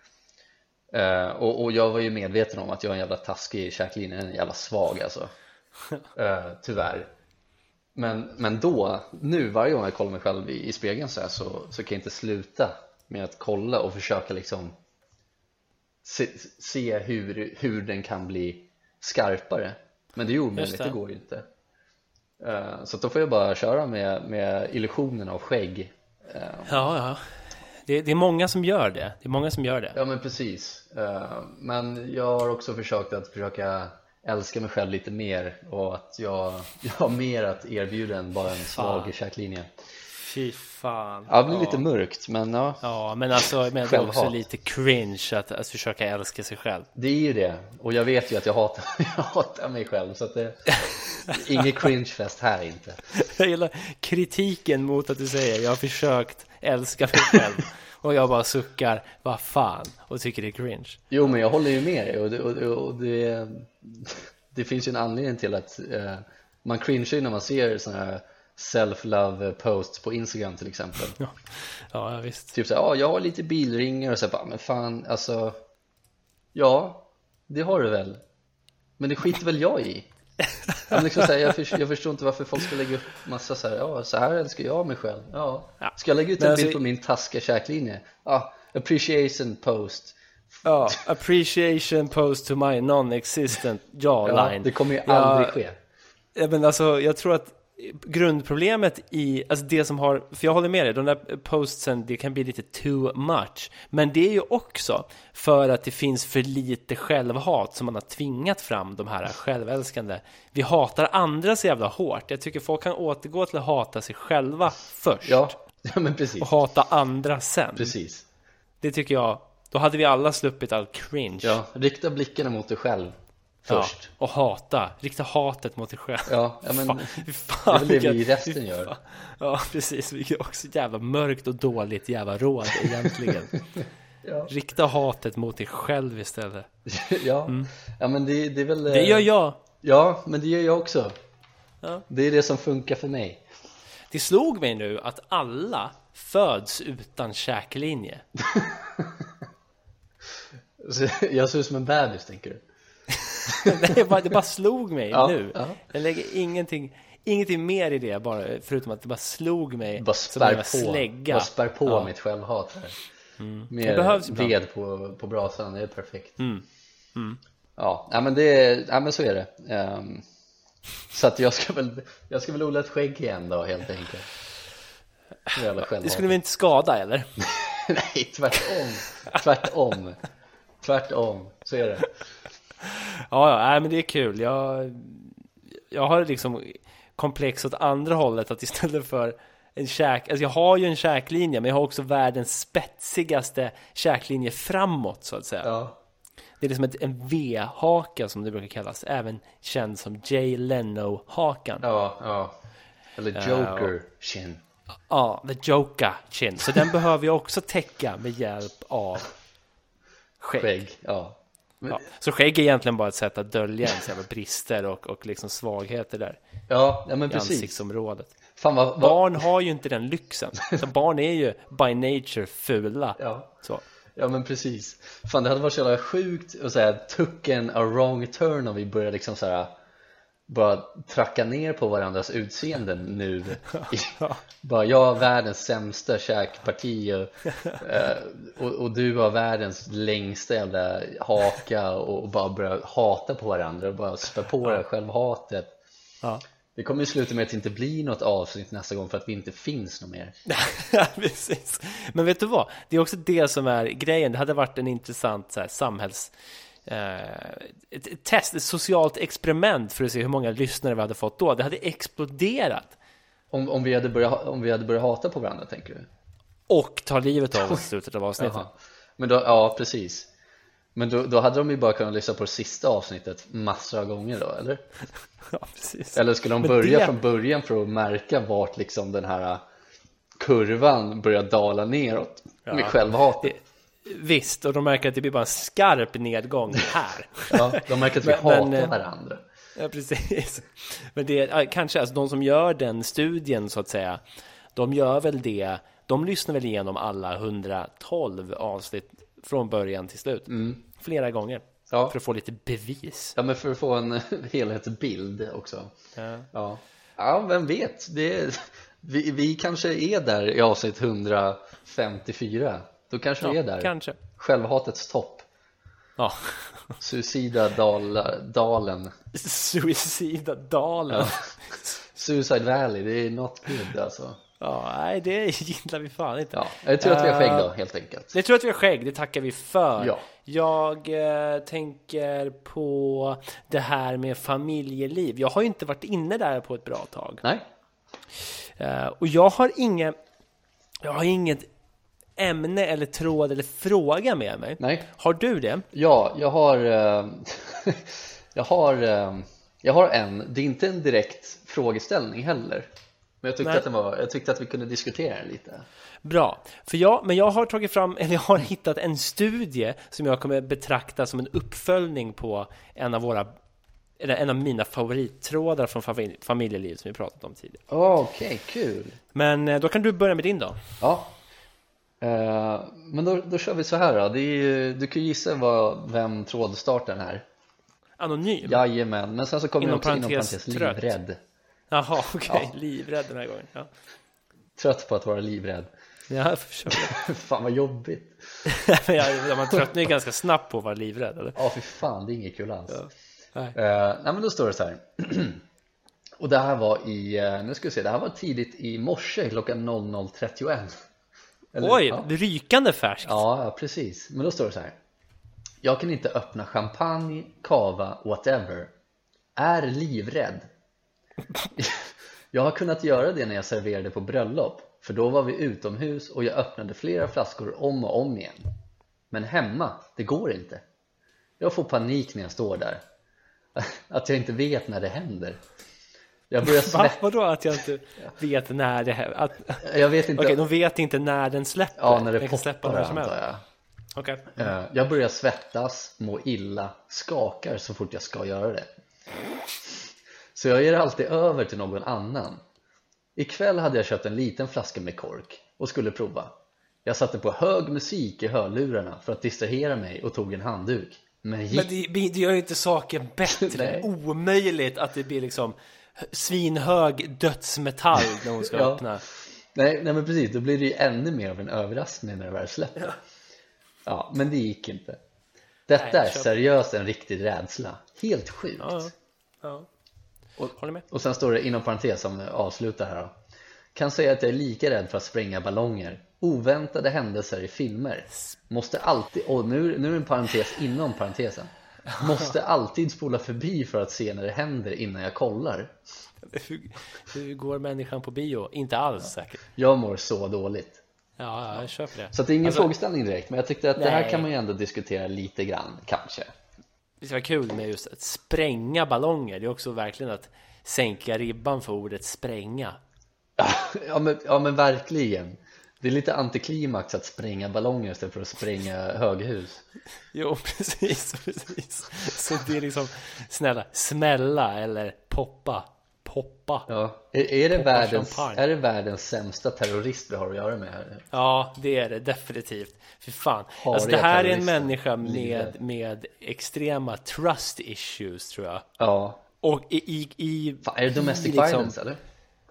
uh, och, och jag var ju medveten om att jag är en jävla taskig käklinje, en jävla svag alltså. uh, Tyvärr. Men, men då, nu varje gång jag kollar mig själv i, i spegeln så, här, så, så kan jag inte sluta med att kolla och försöka liksom se, se hur, hur den kan bli skarpare. Men det är omöjligt, det. det går ju inte. uh, Så då får jag bara köra med, med illusionen av skägg. uh, Ja, ja. Det, det är många som gör det. Det är många som gör det. Ja, men precis. uh, Men jag har också försökt att försöka älska mig själv lite mer, och att jag, jag har mer att erbjuda än bara en svag käklinje. Fy fan. Ja, det blir ja. lite mörkt, men ja. Ja, men alltså men det är också lite cringe att, att försöka älska sig själv. Det är ju det, och jag vet ju att jag hatar, jag hatar mig själv, så att det ingen cringefest här inte. Jag gillar kritiken mot att du säger jag har försökt älska mig själv. Och jag bara suckar, vad fan, och tycker det är cringe. Jo, men jag håller ju med dig, och det, och, och det, det finns ju en anledning till att eh, man cringear när man ser såna här self-love posts på Instagram till exempel. Ja, ja visst. Typ så här, ja, jag har lite bilringar, och så bara, men fan, alltså, ja, det har du väl. Men det skiter väl jag i. Jag, liksom så här, jag, förstår, jag förstår inte varför folk ska lägga upp massa så här, ja, så här älskar jag mig själv. Ja. Ja. Ska jag lägga ut en alltså, bild på min taskiga käklinje? Ja, appreciation post. Ja, appreciation post to my non-existent jawline. Ja, det kommer ju aldrig ja, ske. Men alltså, jag tror att grundproblemet i, alltså det som har, för jag håller med dig, de där postsen, det kan bli lite too much, men det är ju också för att det finns för lite självhat som man har tvingat fram de här självälskande. Vi hatar andra så jävla hårt. Jag tycker folk kan återgå till att hata sig själva först. Ja, ja men precis. Och hata andra sen. Precis. Det tycker jag, då hade vi alla sluppit all cringe. Ja, rikta blickarna mot dig själv först. Ja, och hata, rikta hatet mot dig själv. Ja, ja men fan, fan, det är väl det vi resten gör. Ja, precis, vilket är också jävla mörkt och dåligt jävla råd egentligen. Ja. Rikta hatet mot dig själv istället. Ja, mm. ja men det, det är väl... Det gör jag. Ja, men det gör jag också. Ja. Det är det som funkar för mig. Det slog mig nu att alla föds utan käklinje. Jag ser ut som en bebis, tänker du? det, bara, det bara slog mig ja, nu. Ja. Jag lägger ingenting, ingenting mer i det, bara, förutom att det bara slog mig bara som en på, slägga. bara spär på ja. mitt självhat här. Mm. Mer behövs ved på, på brasan, det är perfekt. Mm. Mm. Ja, ja, men det, ja, men så är det. Um, så att jag ska väl jag ska väl odla ett skägg igen då, helt enkelt. Det skulle vi inte skada, eller? Nej, tvärtom. Tvärtom. Tvärtom, så är det. Ja, ja, nej, men det är kul. Jag, jag har liksom komplex åt andra hållet, att istället för en käk, alltså jag har ju en käklinje, men jag har också världens spetsigaste käklinje framåt, så att säga. Ja. Det är liksom ett, en V-haka som det brukar kallas, även känd som Jay Leno-hakan. Ja, ja. Eller Joker-chin. Uh, ja, the Joker-chin. Så den behöver jag också täcka med hjälp av skägg. skägg ja. Men... ja. Så skägg är egentligen bara ett sätt att dölja en sån brister och, och liksom svagheter där. Ja, ja men precis. Ansiktsområdet. Fan, vad, vad... Barn har ju inte den lyxen. Så barn är ju by nature fula. Ja. Så. Ja, men precis. Fan, det hade varit så jävla sjukt att säga took en a wrong turn om vi börjar liksom så här bara tracka ner på varandras utseenden nu. Ja. Bara jag har världens sämsta käkparti och, och, och du har världens längsta jävla haka och, och bara börja hata på varandra och bara spä på det självhatet. Ja. Det kommer ju sluta med att det inte blir något avsnitt nästa gång för att vi inte finns något mer. Ja, precis. Men vet du vad? Det är också det som är grejen. Det hade varit en intressant så här, samhälls... Eh, ett, ett test, ett socialt experiment för att se hur många lyssnare vi hade fått då. Det hade exploderat. Om, om, vi, hade börjat, om vi hade börjat hata på varandra, tänker du? Och ta livet av oss i slutet av avsnittet. Men då, ja, precis. Men då, då hade de ju bara kunnat lyssna på det sista avsnittet massor av gånger då, eller? Ja, precis. Eller skulle de Men börja det... från början för att märka vart liksom den här kurvan börjar dala neråt ja. Med självhat? Det... Visst, och de märker att det blir bara en skarp nedgång här. Ja, de märker att vi men, hatar men, varandra. Ja, precis. Men det är kanske alltså de som gör den studien så att säga, de gör väl det, de lyssnar väl igenom alla hundratolv avsnitt från början till slut. Mm. Flera gånger. Ja. För att få lite bevis. Ja, men för att få en helhetsbild också. Ja, ja. ja vem vet? Det är, vi, vi kanske är där i avsnitt hundrafemtiofyra. Då kanske ja, vi är där. Kanske. Självhatets topp. Ja. Suicida dal, dalen. Suicida dalen. Ja. Suicide Valley, det är not good alltså. Ja, nej, det gillar vi fan inte. Ja, jag tror att vi har skägg då, helt enkelt. Jag tror att vi har skägg, det tackar vi för. Ja. Jag eh, tänker på det här med familjeliv. Jag har ju inte varit inne där på ett bra tag. Nej. Eh, och jag har inget Jag har inget ämne eller tråd eller fråga med mig. Nej. Har du det? Ja, jag har eh, jag har eh, jag har en, det är inte en direkt frågeställning heller. Men jag tyckte, att, det var, jag tyckte att vi kunde diskutera den lite. Bra, för jag, men jag har tagit fram, eller jag har hittat en studie som jag kommer betrakta som en uppföljning på en av våra, eller en av mina favorittrådar från familj, familjeliv som vi pratat om tidigare. Oh, okej, okay, kul. Men då kan du börja med din då. Ja, uh, men då, då kör vi så här då. Det är, du kan gissa vad, vem trådstarten här. Anonym? Jajamän, men sen så kommer inom jag också parentes, inom parentes livrädd. Jaha, okej, okay. Ja. Livrädd den här gången. Ja. Trött på att vara livrädd. Ja, jag förstår. Fan vad jobbigt. Ja, man tröttnar ju ganska snabbt på att vara livrädd, eller? Ja, för fan, det är inget kul alls. Ja. Nej. Uh, nej, men då står det så här. Och det här var i, uh, nu ska vi se, det här var tidigt i morse klockan noll noll trettioett. Eller, Oj, ja. rykande färskt. Ja, precis. Men då står det så här. Jag kan inte öppna champagne, kava, whatever. Är livrädd. Jag har kunnat göra det när jag serverade på bröllop. För då var vi utomhus och jag öppnade flera flaskor om och om igen. Men hemma, det går inte. Jag får panik när jag står där. Att jag inte vet när det händer. Jag börjar svett... Vadå att jag inte vet när det händer? Att... Jag vet inte. Okej, de vet inte när den släpper. Ja, när det den poppar, släppa när som helst. jag. Okay. Mm. Jag börjar svettas, må illa, skakar så fort jag ska göra det. Så jag ger alltid över till någon annan. Ikväll hade jag köpt en liten flaska med kork och skulle prova. Jag satte på hög musik i hörlurarna för att distrahera mig och tog en handduk. Men, gick... Men det, det gör ju inte saken bättre. Omöjligt att det blir liksom svinhög dödsmetall när hon ska ja. öppna. nej, nej men precis, då blir det ju ännu mer av en överraskning när det väl släpper. Ja, ja men det gick inte. Detta nej, är seriöst en riktig rädsla. Helt sjukt. Ja, ja. Och, Håller med. och sen står det inom parentes som avslutar här då. Kan säga att jag är lika rädd för att spränga ballonger. Oväntade händelser i filmer måste alltid, och nu, nu är en parentes inom parentesen, måste alltid spola förbi för att se när det händer innan jag kollar. Hur, hur går människan på bio? Inte alls säkert. Jag mår så dåligt. Ja, jag köper det. Så det är ingen alltså, frågeställning direkt, men jag tyckte att nej. Det här kan man ju ändå diskutera lite grann, kanske. Det var kul med just att spränga ballonger. Det är också verkligen att sänka ribban för ordet spränga. Ja men, ja men verkligen. Det är lite antiklimax att spränga ballonger istället för att spränga höghus. Jo, precis, precis. Så det är liksom, snälla, smälla eller poppa. Poppa. Ja. Är, är, det världens, är det världens sämsta terrorist vi har att göra med här? Ja, det är det definitivt. För fan. Alltså, det här är en människa med, med extrema trust issues, tror jag. Ja. Och i... i, i fan, är det domestic liksom, violence, eller?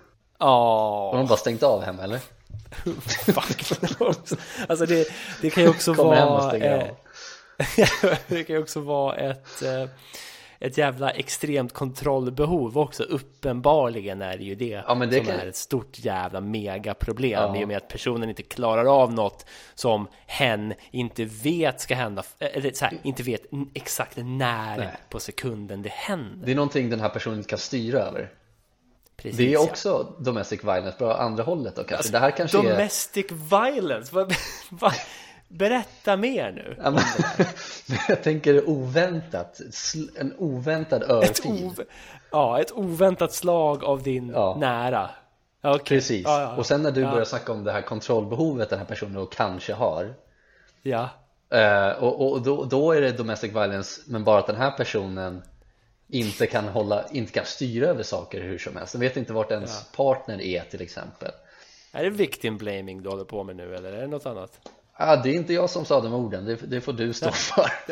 Ja. Har de bara stängt av hemma, eller? Fuck. Alltså det, det kan ju också Kommer vara... hem och stänga eh, av. det kan ju också vara ett... Eh, ett jävla extremt kontrollbehov också. Uppenbarligen är det ju det, ja, men det som kan... är ett stort jävla megaproblem. Ja. I och med att personen inte klarar av något som hen inte vet ska hända, eller så här, inte vet exakt när Nej. på sekunden det händer. Det är någonting den här personen inte kan styra över. Precis, det är också ja. domestic violence på andra hållet då, kanske. Alltså, det här kanske domestic är... violence? Vad, vad, berätta mer nu. Ja, men, jag tänker oväntat, en oväntad örfil. Ett ov... Ja, ett oväntat slag av din ja. nära. Okay. Precis. Ja, ja, ja. Och sen när du ja. börjar snacka om det här kontrollbehovet den här personen då kanske har. Ja. Uh, och och då, då är det domestic violence, men bara att den här personen inte kan hålla, inte kan styra över saker hur som helst. Den vet inte vart ens ja. partner är, till exempel. Är det victim blaming du håller på med nu, eller är det något annat? Ja, ah, det är inte jag som sa de orden, det, det får du stå för. Ja.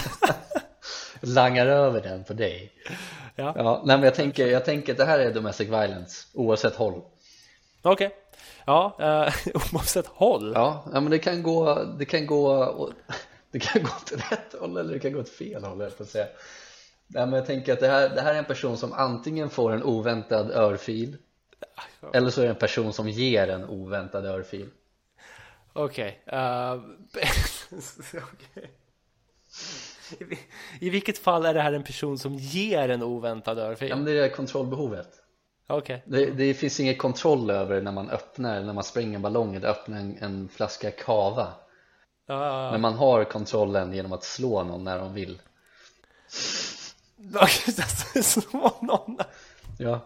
Langar över den på dig. Ja. Ja, nej, men jag tänker, jag tänker att det här är domestic violence oavsett håll. Okej. Okay. Ja, uh, oavsett håll. Ja, ja, men det kan gå, det kan gå, det kan gå åt rätt håll eller det kan gå åt fel håll, jag får säga. Nej, men jag tänker att det här, det här är en person som antingen får en oväntad örfil eller så är det en person som ger en oväntad örfil. Okej. Okay. Uh, okay. I, I vilket fall är det här en person som ger en oväntad örfil? Ja, men det är kontrollbehovet. Okay. Det, det finns ingen kontroll över när man öppnar, när man spränger ballonger, öppnar en, en flaska kava. Uh. Men man har kontrollen genom att slå någon när de vill. Slå någon? Ja.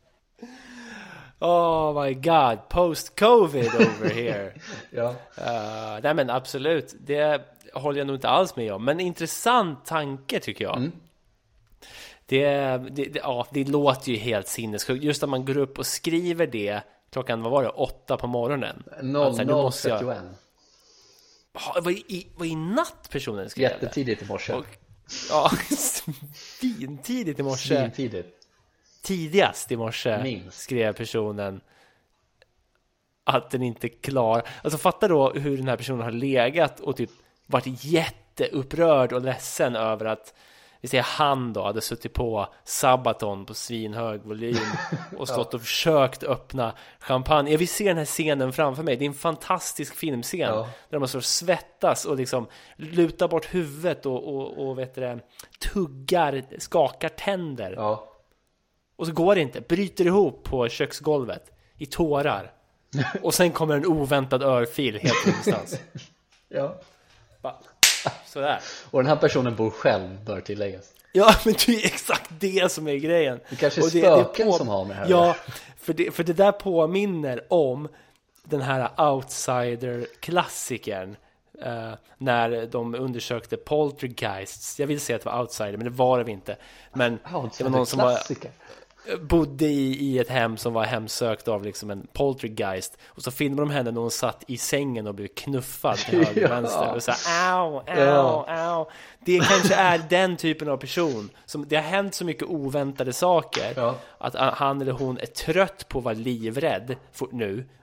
Oh my god, post-covid over here. Ja. Uh, nej men absolut, det håller jag nog inte alls med om. Men intressant tanke tycker jag. Mm. Det, det, det, ja, det låter ju helt sinnessjukt. Just att man går upp och skriver det klockan, vad var det, åtta på morgonen. noll noll trettioett. Ja, vad i, vad i natt personen skrev det? Jättetidigt i morse. Och, ja, svintidigt i morse. Svintidigt. Tidigast i morse Minst. skrev personen att den inte klar. Alltså fatta då hur den här personen har legat och typ varit jätteupprörd och ledsen över att, vi säger han då hade suttit på Sabaton på svinhög volym och stått ja. och försökt öppna champagne. Jag vill se den här scenen framför mig. Det är en fantastisk filmscen ja. där man står och svettas och liksom lutar bort huvudet och, och, och vet det, tuggar, skakar tänder. Ja. Och så går det inte, bryter ihop på köksgolvet i tårar. Och sen kommer en oväntad örfil helt ingenstans. Ja. Bara, sådär. Och den här personen bor själv, bör tilläggas. Ja, men det är exakt det som är grejen. Det kanske är och det, spöken det på... som har med det här. Ja, för det, för det där påminner om den här outsider-klassikern. Uh, när de undersökte poltergeists. Jag vill säga att det var outsider, men det var det inte. Men det var någon som var, bodde i, i ett hem som var hemsökt av liksom en poltergeist. Och så filmade de henne när hon satt i sängen och blev knuffad till höger och vänster. Och så här, au, au, ja. au. Det kanske är den typen av person som, det har hänt så mycket oväntade saker ja. att han eller hon är trött på att vara livrädd för, nu.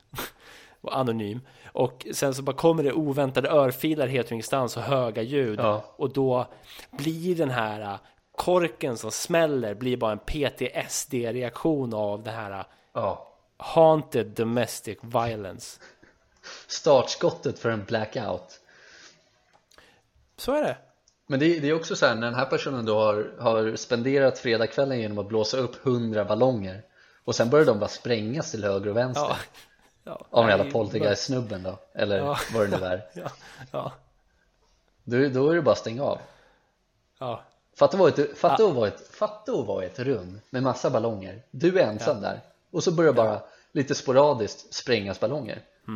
var anonym. Och sen så bara kommer det oväntade örfilar helt ingenstans och höga ljud. Ja. Och då blir den här korken som smäller blir bara en P T S D-reaktion av det här Ja. haunted domestic violence. Startskottet för en blackout. Så är det. Men det, det är också så här, när den här personen då har, har spenderat fredagskvällen genom att blåsa upp hundra ballonger och sen börjar de bara sprängas till höger och vänster. Ja. Ja. Av den jävla poltergeist-snubben då. Eller Ja. vad det nu är. Ja. Ja. Då, då är det bara att stänga av. Ja. Fatta att vara ett, fatta att vara ett, fatta att vara ett rum med massa ballonger. Du är ensam Ja. där. Och så börjar bara lite sporadiskt sprängas ballonger.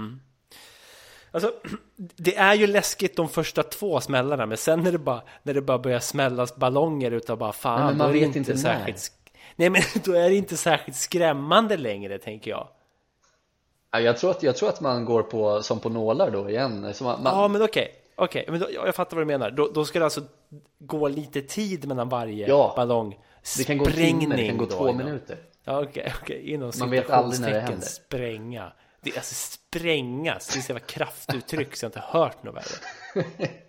Alltså, det är ju läskigt de första två smällarna, men sen när det bara, när det bara börjar smällas ballonger utav bara fan, Nej, men man då är det vet inte inte särskilt sk- Nej, men då är det inte särskilt skrämmande längre, tänker jag. Ja, jag, tror att, jag tror att man går på som på nålar då igen. Så man, man, Ja, men okej. Okej, men då, jag fattar vad du menar. Då, då ska det alltså gå lite tid mellan varje Ja, ballong. det kan gå en timme, det kan gå då två inom- minuter. Ja, okej, okej. Inom Man vet aldrig när det citationstecken händer. spränga. Det är alltså sprängas. Det är så jävla kraftuttryck så jag inte hört något värre.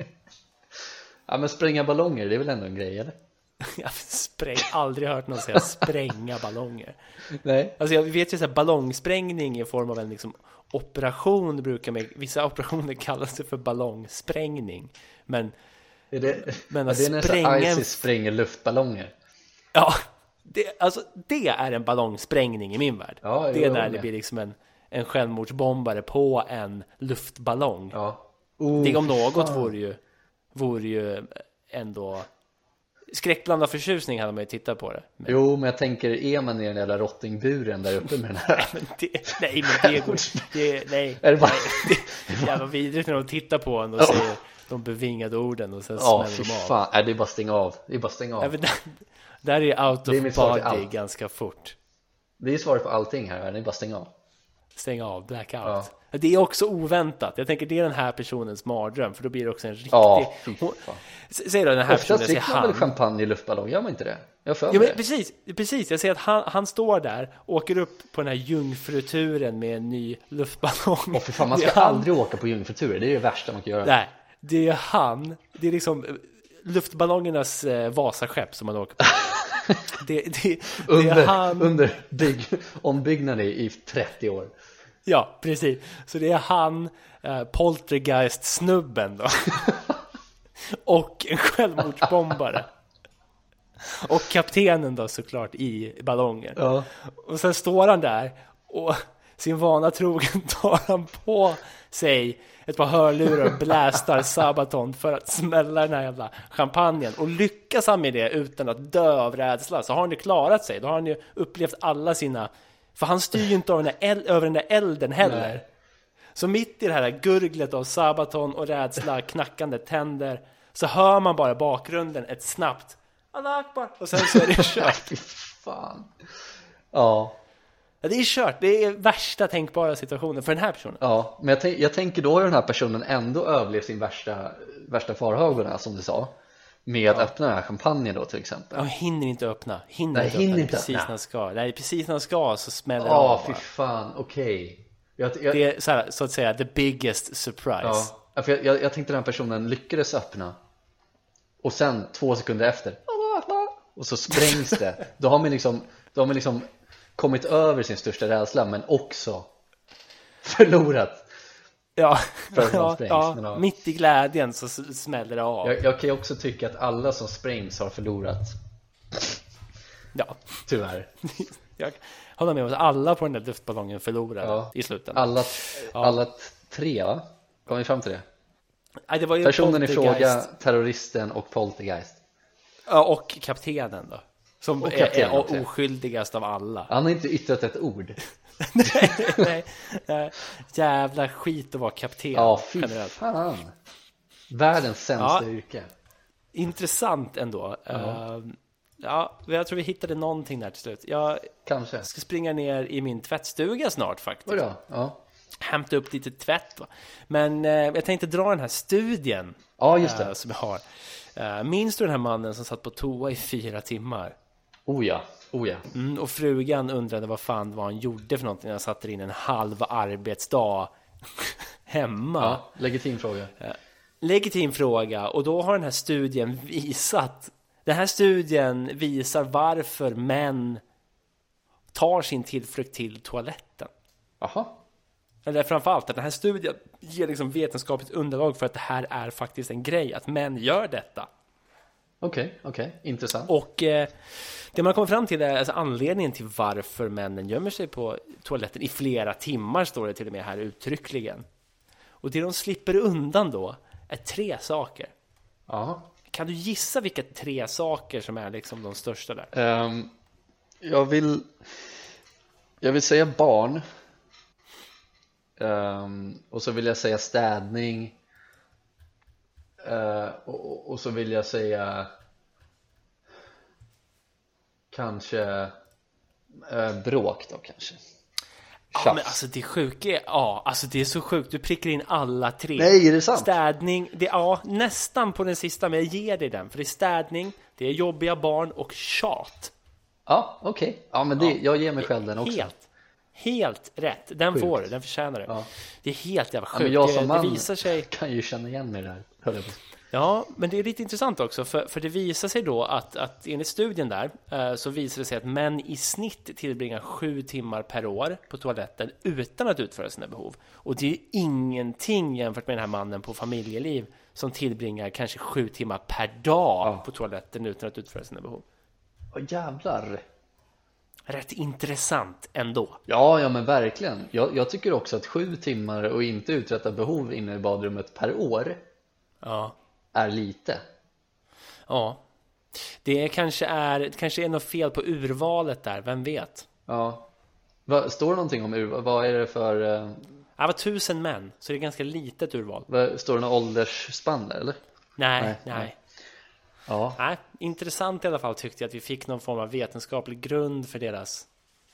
Ja, men spränga ballonger, det är väl ändå en grej, eller? Jag spräng, aldrig hört någon säga spränga ballonger. Nej. Alltså jag vet ju så här, ballongsprängning i form av en liksom operation brukar med vissa operationer kallas det för ballongsprängning. Men Är det, Men är att det när spränga en- Isis spränger luftballonger? ja, det, alltså det är en ballongsprängning i min värld. Ja, det jo, är när jag det med. blir liksom en, en självmordsbombare på en luftballong. Ja. Oh, Det om något fan. vore ju, vore ju ändå skräckblandad förtjusning hade man ju tittat på det. Men, Jo, men jag tänker, är man i den jävla rottingburen där uppe med den här? men det, nej, men det går det, nej, Är det bara- nej, det är jävla vidrigt när de tittar på en och Ja. säger de bevingade orden och sen Ja, smäller fy de av. fan. Nej, det är bara att stänga av. Det är bara att stänga av. Ja, men där, där är out Det är of mitt svar till body allt. ganska fort. Det är svaret på allting här, det är bara att stänga av. Stänga av, blackout. Ja. Det är också oväntat. Jag tänker det är den här personens mardröm, för då blir det också en riktig... Ja, fy Hon- fan. S- Säg då den här Oftast personen, säger dricker man väl han. champagne i luftballong, gör man inte det? Jag för Ja, mig men det. precis, precis. Jag säger att han, han står där, åker upp på den här jungfruturen med en ny luftballong. Åh, för fan, man Det är ska han- aldrig åka på jungfruturer, det är det värsta man kan göra. Nej, det är han. Det är liksom eh, luftballongernas eh, Vasaskepp som man åker på. Det, det, det Under, är han. under bygg, ombyggnad i, i trettio år. Ja, precis. Så det är han, eh, poltergeist-snubben då. Och en självmordsbombare. Och kaptenen då såklart i ballongen. Ja. Och sen står han där och sin vana trogen tar han på sig ett par hörlurar och blästar Sabaton för att smälla den här jävla champagnen. Och lyckas han med det utan att dö av rädsla, så har han ju klarat sig. Då har han ju upplevt alla sina... För han styr ju inte av den där el- över den där elden heller. Nej. Så mitt i det här gurglet av Sabaton och rädsla, knackande tänder, så hör man bara i bakgrunden ett snabbt Allah Akbar, och sen så är det kört. Fy fan. Ja. Ja, det är kört. Det är värsta tänkbara situationen för den här personen. Ja, men jag, tänk, jag tänker då har ju den här personen ändå överlevt sin värsta, värsta farhågorna, som du sa, med att öppna den här champagnen då till exempel. Ja, hinner inte öppna. Hinner Nej, inte hinner öppna. inte Precis öppna. när han ska. Nej, precis när han ska så smäller det Ja, av. fy bara. fan, okej. Jag, jag, Det är så, här, så att säga the biggest surprise. ja, för jag, jag, jag tänkte den här personen lyckades öppna och sen två sekunder efter och så sprängs det. Då har man liksom, då har man liksom kommit över sin största rädsla, men också förlorat. Ja, För att de ja, sprängs, ja. men ja. Mitt i glädjen så s- smäller det av. Jag, jag kan ju också tycka att alla som sprängs har förlorat, Ja, tyvärr. jag håller med om att alla på den där luftballongen förlorade Ja. i slutändan. Alla, Ja. alla t- tre, va? Kom vi fram till det? Nej, det var ju Personen i Poltergeist. fråga, terroristen och poltergeist. Ja, och kaptenen då. Som Och är, kaptenen är också. oskyldigast av alla. Han har inte yttrat ett ord. nej, nej, nej. Jävla skit att vara kapten. Ja, fy generellt. fan. Världens sämsta Ja. yrke. Intressant ändå. Ja. ja, jag tror vi hittade någonting där till slut. Jag Kanske. ska springa ner i min tvättstuga snart faktiskt. Vadå? Ja. Hämta upp lite tvätt. Va? Men eh, jag tänkte dra den här studien Ja, just eh, det. som jag har. Eh, minns du den här mannen som satt på toa i fyra timmar? Oh ja. Oh ja. Mm, och frugan undrade vad fan vad han gjorde för någonting. Han satte in en halv arbetsdag hemma. Ja, legitim fråga. Legitim fråga. Och då har den här studien visat. Den här studien visar varför män tar sin tillflykt till toaletten. Aha. Eller framförallt att den här studien ger liksom vetenskapligt underlag för att det här är faktiskt en grej. Att män gör detta. Okej, okay, okej. Okay. Intressant. Och eh, det man kommer fram till är alltså anledningen till varför männen gömmer sig på toaletten i flera timmar, står det till och med här uttryckligen. Och det de slipper undan då är tre saker. Ja. Kan du gissa vilka tre saker som är liksom de största där? Um, jag vill Jag vill säga barn. Um, och så vill jag säga städning. Uh, och, och så vill jag säga kanske uh, bråk då kanske. Ja, men alltså det sjuka är, ja, alltså det är så sjukt. Du prickar in alla tre. Nej, är det sant? Städning, det, ja, nästan på den sista, men jag ger dig den. För det är städning, det är jobbiga barn och tjat. Ja, okej. Okay. Ja, men det, ja, jag ger mig själv den också. Helt, helt rätt. Den sjukt. Får du, den förtjänar du. Ja. Det är helt jävla sjukt. Ja, men jag som det, man det visar sig... kan ju känna igen mig där. Hör jag på. Ja, men det är lite intressant också, för, för det visar sig då att, att enligt studien där eh, så visar det sig att män i snitt tillbringar sju timmar per år på toaletten utan att utföra sina behov. Och det är ingenting jämfört med den här mannen på familjeliv som tillbringar kanske sju timmar per dag ja. på toaletten utan att utföra sina behov. Åh jävlar. Rätt intressant ändå. Ja, ja men verkligen. Jag, jag tycker också att sju timmar och inte uträtta behov inne i badrummet per år ja. är lite. Ja. Det kanske är, det kanske är något fel på urvalet där, vem vet? Ja. Va, står det någonting om urval? Vad är det för... Uh... Det var tusen män, så det är ganska litet urval. Va, står det någon åldersspann där, eller? Nej, nej. nej. Ja. Nej, intressant i alla fall tyckte jag att vi fick någon form av vetenskaplig grund för deras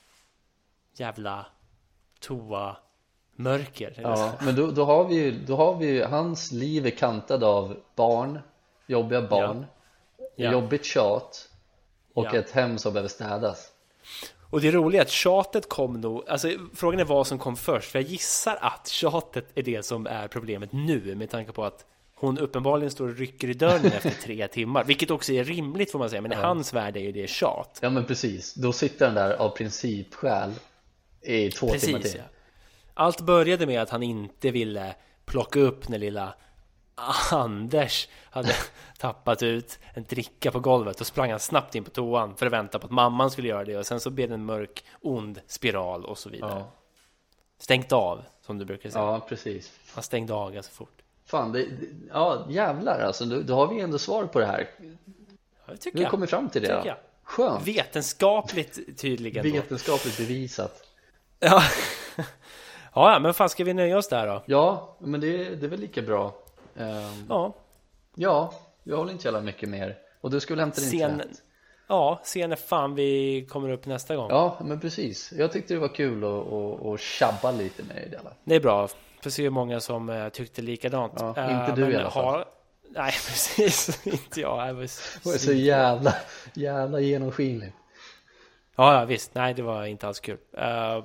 jävla toa mörker. Ja, men då, då har vi ju, då har vi ju, hans liv är kantad av barn, jobbiga barn, ja. Ja. jobbigt tjat och ja. ett hem som behöver städas. Och det är roligt att tjatet kom nog, alltså frågan är vad som kom först, för jag gissar att tjatet är det som är problemet nu, med tanke på att hon uppenbarligen står och rycker i dörren efter tre timmar, vilket också är rimligt får man säga, men i ja. hans värld är ju det tjat. Ja men precis, då sitter den där av principskäl i två precis, timmar till. Ja. Allt började med att han inte ville plocka upp när lilla Anders hade tappat ut en dricka på golvet, och sprang han snabbt in på toan för att vänta på att mamman skulle göra det, och sen så blev det en mörk, ond spiral och så vidare. Ja. Stängt av, som du brukar säga. Ja, precis. Han stängde av ganska fort. Fan, det, det, ja jävlar alltså, då, då har vi ändå svar på det här. Ja, tycker vi jag. kommer fram till det. Ja. Skönt. Vetenskapligt tydligen. Vetenskapligt bevisat. Ja. Ja, men fan, ska vi nöja oss där då? Ja, men det, det är väl lika bra. Um, ja. Ja, jag håller inte jävla mycket mer. Och du skulle hämta din Sen, tvätt. Ja, se när fan vi kommer upp nästa gång. Ja, men precis. Jag tyckte det var kul att, att, att tjabba lite med det. Det är bra. Får se hur många som uh, tyckte likadant. Ja, uh, inte du i alla fall. Har... Nej, precis. Inte jag. jag var det var så jävla, jävla genomskinligt. Ja, ja, visst. Nej, det var inte alls kul. Uh,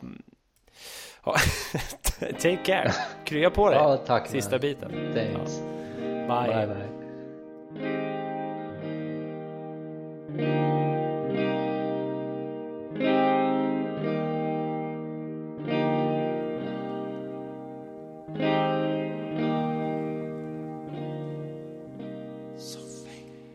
take care. Krya på dig. Ja, tack. Sista man. biten. Thanks. Ja. Bye. Bye, bye.